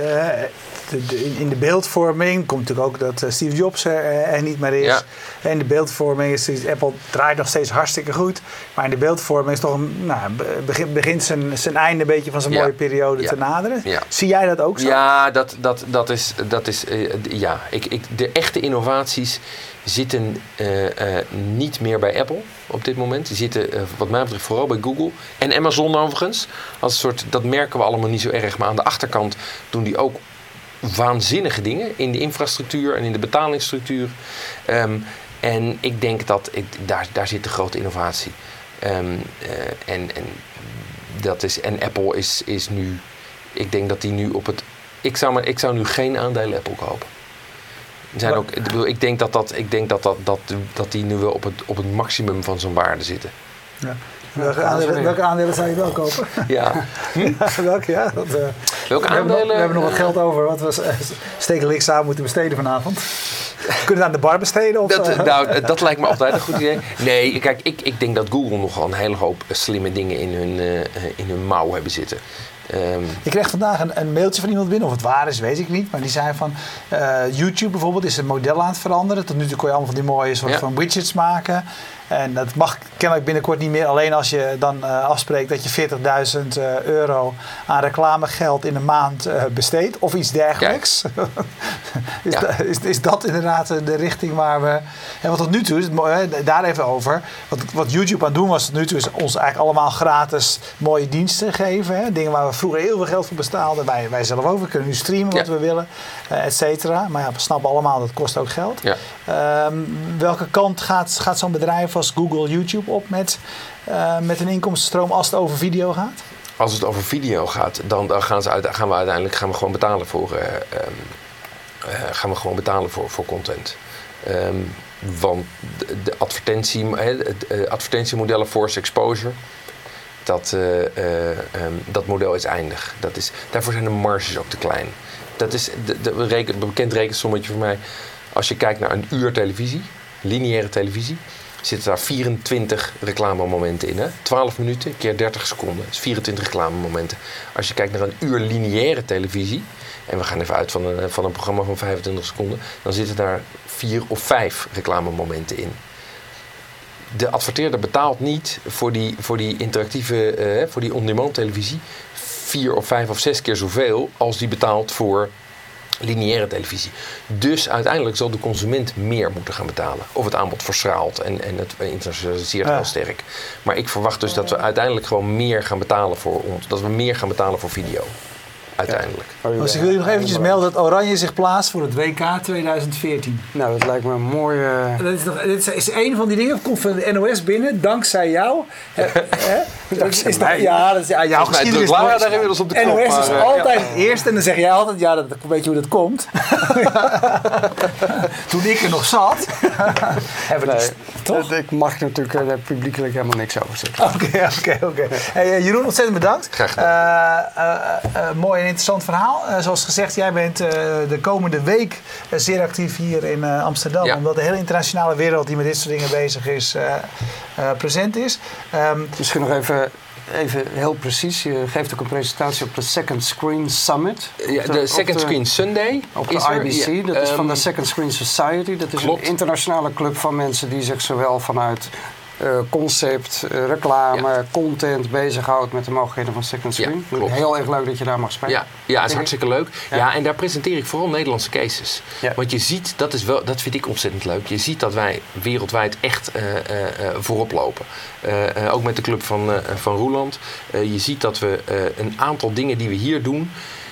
de, de, in de beeldvorming komt natuurlijk ook dat uh, Steve Jobs er, er niet meer is. Ja. En de beeldvorming is Apple draait nog steeds hartstikke goed. Maar in de beeldvorming is toch een, nou, begint, begint zijn, zijn einde een beetje van zijn ja. mooie periode ja. te naderen. Ja. Zie jij dat ook zo? Ja, dat, dat, dat is, dat is uh, ja. Ik, ik, de echte innovaties zitten uh, uh, niet meer bij Apple op dit moment. Die zitten uh, wat mij betreft vooral bij Google. En Amazon overigens. Als een soort, dat merken we allemaal niet zo erg. Maar aan de achterkant doen die ook waanzinnige dingen. In de infrastructuur en in de betalingsstructuur. Um, en ik denk dat ik, daar, daar zit de grote innovatie. Um, uh, en, en, dat is, en Apple is, is nu... Ik denk dat die nu op het... Ik zou, maar, ik zou nu geen aandelen Apple kopen. Zijn ook, ik denk dat, dat, ik denk dat, dat, dat, dat die nu wel op het, op het maximum van zijn waarde zitten. Ja. Welke, aandelen, welke aandelen zou je wel kopen? Ja. Hm? welke, ja dat, uh, welke we aandelen? Hebben nog, we hebben nog wat geld over wat we uh, stekelijk samen moeten besteden vanavond. Kunnen we het aan de bar besteden? Of, dat, uh? nou, dat lijkt me altijd een goed idee. Nee, kijk, ik, ik denk dat Google nogal een hele hoop slimme dingen in hun, uh, in hun mouw hebben zitten. Um, ik kreeg vandaag een, een mailtje van iemand binnen, of het waar is, weet ik niet. Maar die zei van, uh, YouTube bijvoorbeeld is een model aan het veranderen. Tot nu toe kon je allemaal van die mooie soort ja. van widgets maken. En dat mag kennelijk binnenkort niet meer. Alleen als je dan uh, afspreekt dat je veertigduizend uh, euro aan reclamegeld in een maand uh, besteedt. Of iets dergelijks. Ja. is, ja. da, is, is dat inderdaad de richting waar we... En wat tot nu toe is, daar even over. Wat, wat YouTube aan het doen was tot nu toe is ons eigenlijk allemaal gratis mooie diensten geven. Hè? Dingen waar we vroeger heel veel geld voor betaalden. Wij, wij zelf ook. We kunnen nu streamen wat ja. we willen. Uh, et cetera. Maar ja, we snappen allemaal dat kost ook geld. Ja. Um, welke kant gaat, gaat zo'n bedrijf als Google, YouTube op met, uh, met een inkomstenstroom als het over video gaat? Als het over video gaat, dan, dan gaan, ze uit, gaan we uiteindelijk gaan we gewoon betalen voor, uh, um, uh, gaan we gewoon betalen voor, voor content. Um, want de, de advertentie, uh, advertentiemodellen force exposure, dat, uh, uh, um, dat model is eindig. Dat is, daarvoor zijn de marges ook te klein. Dat is de, de, reken, een bekend rekensommetje voor mij. Als je kijkt naar een uur televisie, lineaire televisie, zitten daar vierentwintig reclamemomenten in. Hè? twaalf minuten keer dertig seconden. Dat is vierentwintig reclamemomenten. Als je kijkt naar een uur lineaire televisie, en we gaan even uit van een, van een programma van vijfentwintig seconden, dan zitten daar vier of vijf reclamemomenten in. De adverteerder betaalt niet voor die, voor die interactieve, uh, voor die on-demand televisie vier of vijf of zes keer zoveel als die betaalt voor lineaire televisie. Dus uiteindelijk zal de consument meer moeten gaan betalen. Of het aanbod verschraalt en, en het internationaliseert ja. heel sterk. Maar ik verwacht dus dat we uiteindelijk gewoon meer gaan betalen voor ons. Dat we meer gaan betalen voor video. Uiteindelijk. Ja. Dus ik wil je nog eventjes melden dat Oranje zich plaatst voor het W K twintig veertien. Nou, dat lijkt me een mooie... Dat is, nog, dit is een van die dingen, dat komt van de N O S binnen, dankzij jou. He, he? dankzij is mij. Dat, ja, dat is ja, jouw geschiedenis. Lara daar inmiddels op de N O S kop, is maar, altijd ja. het eerste en dan zeg jij altijd, ja, dat, weet je hoe dat komt. Toen ik er nog zat. hebben we nee, dus, toch? Ik mag natuurlijk uh, publiekelijk helemaal niks over zeggen. Oké, oké, oké. Jeroen, ontzettend bedankt. Graag gedaan. Uh, uh, uh, mooi en interessant verhaal. Uh, zoals gezegd, jij bent uh, de komende week uh, zeer actief hier in uh, Amsterdam. Ja. Omdat de hele internationale wereld die met dit soort dingen bezig is, uh, uh, present is. Um, Misschien nog even, even heel precies. Je geeft ook een presentatie op de Second Screen Summit. Ja, de, de Second de, Screen Sunday. Op de is I B C. Er, ja, dat um, is van de Second Screen Society. Dat is klopt. Een internationale club van mensen die zich zowel vanuit Uh, concept, uh, reclame, ja. content bezighoudt met de mogelijkheden van Second Screen. Ja, heel erg leuk dat je daar mag spelen. Ja, ja, is hartstikke leuk. Ja. ja, en daar presenteer ik vooral Nederlandse cases. Ja. Want je ziet, dat is wel, dat vind ik ontzettend leuk. Je ziet dat wij wereldwijd echt uh, uh, uh, voorop lopen. Uh, uh, ook met de club van, uh, van Roeland. Uh, je ziet dat we uh, een aantal dingen die we hier doen,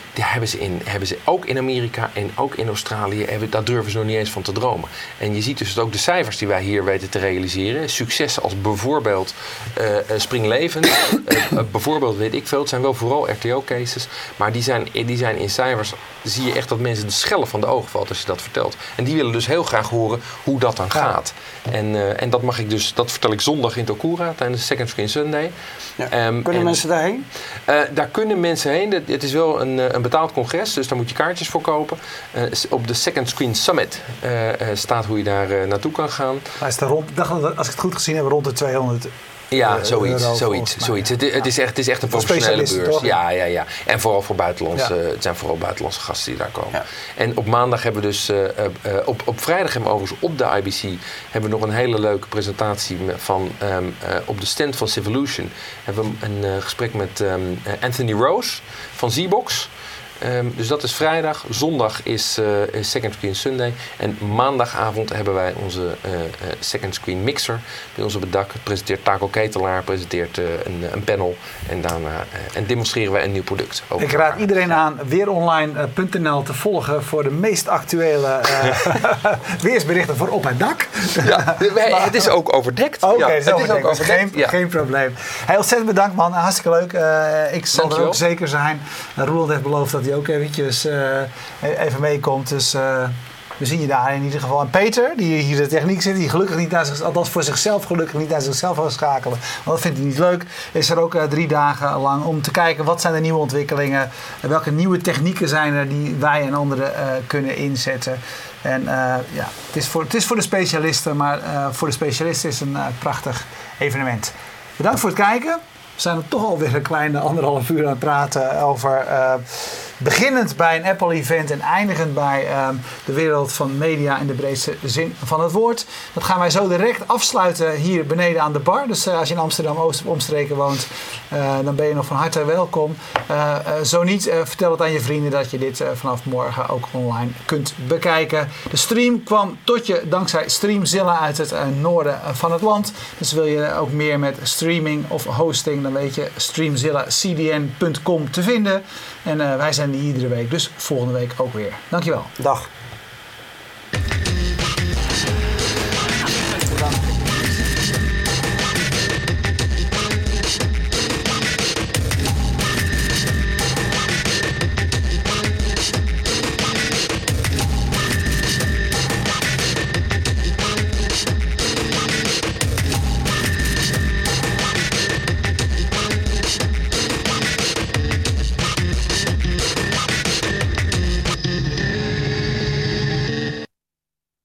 die hebben ze, in, hebben ze ook in Amerika en ook in Australië. Hebben, daar durven ze nog niet eens van te dromen. En je ziet dus ook de cijfers die wij hier weten te realiseren. Successen als bijvoorbeeld uh, Springlevend. uh, bijvoorbeeld weet ik veel. Het zijn wel vooral R T O-cases. Maar die zijn, die zijn in cijfers. Zie je echt dat mensen de schellen van de ogen valt als je dat vertelt. En die willen dus heel graag horen hoe dat dan gaat. En, uh, en dat mag ik dus, dat vertel ik zondag in Tokura tijdens Second Screen Sunday. Ja. Um, kunnen en, mensen daarheen? Uh, daar kunnen mensen heen. Het is wel een, een betaald congres, dus daar moet je kaartjes voor kopen. Uh, op de Second Screen Summit uh, uh, staat hoe je daar uh, naartoe kan gaan. Hij is er rond, dacht, als ik het goed gezien heb, rond de tweehonderd. Ja, uh, zoiets. euro, zoiets, mij, zoiets. ja. Het, het, is echt, het is echt een Voor professionele specialisten, beurs. toch? Ja, ja, ja. En vooral voor buitenlandse, Ja. het zijn vooral buitenlandse gasten die daar komen. Ja. En op maandag hebben we dus, uh, uh, op, op vrijdag hebben we overigens op de I B C hebben we nog een hele leuke presentatie van, um, uh, op de stand van Civolution. Hebben we een uh, gesprek met um, uh, Anthony Rose van Z-Box. Um, dus dat is vrijdag. Zondag is, uh, is Second Screen Sunday. En maandagavond hebben wij onze uh, uh, Second Screen Mixer bij ons op het dak. Presenteert Taco Ketelaar, presenteert uh, een, een panel. En daarna uh, en demonstreren wij een nieuw product. Ik raad iedereen aan weeronline punt n l te volgen voor de meest actuele uh, weersberichten voor op het dak. Ja, wij, het is ook overdekt. Oké, ja, okay, zo het is ook overdekt. Geen, ja. geen probleem. Hey, ontzettend bedankt man, hartstikke leuk. Uh, ik zal Dankjewel. er ook zeker zijn. Uh, Roeland heeft beloofd dat hij ook eventjes uh, even meekomt. Dus uh, we zien je daar in ieder geval. En Peter, die hier de techniek zit, die gelukkig niet naar zich, althans voor zichzelf gelukkig niet naar zichzelf wil schakelen. Want dat vindt hij niet leuk. Is er ook uh, drie dagen lang om te kijken wat zijn de nieuwe ontwikkelingen. Uh, welke nieuwe technieken zijn er die wij en anderen uh, kunnen inzetten. En uh, ja, het is, voor, het is voor de specialisten, maar uh, voor de specialisten is het een uh, prachtig evenement. Bedankt voor het kijken. We zijn er toch alweer een kleine anderhalf uur aan het praten over... Uh, beginnend bij een Apple-event en eindigend bij um, de wereld van media in de breedste zin van het woord. Dat gaan wij zo direct afsluiten hier beneden aan de bar. Dus uh, als je in Amsterdam-Oost omstreken woont, uh, dan ben je nog van harte welkom. Uh, uh, zo niet, uh, vertel het aan je vrienden dat je dit uh, vanaf morgen ook online kunt bekijken. De stream kwam tot je dankzij Streamzilla uit het uh, noorden van het land. Dus wil je ook meer met streaming of hosting, dan weet je streamzilla c d n punt com te vinden. En uh, wij zijn hier iedere week, dus volgende week ook weer. Dankjewel. Dag.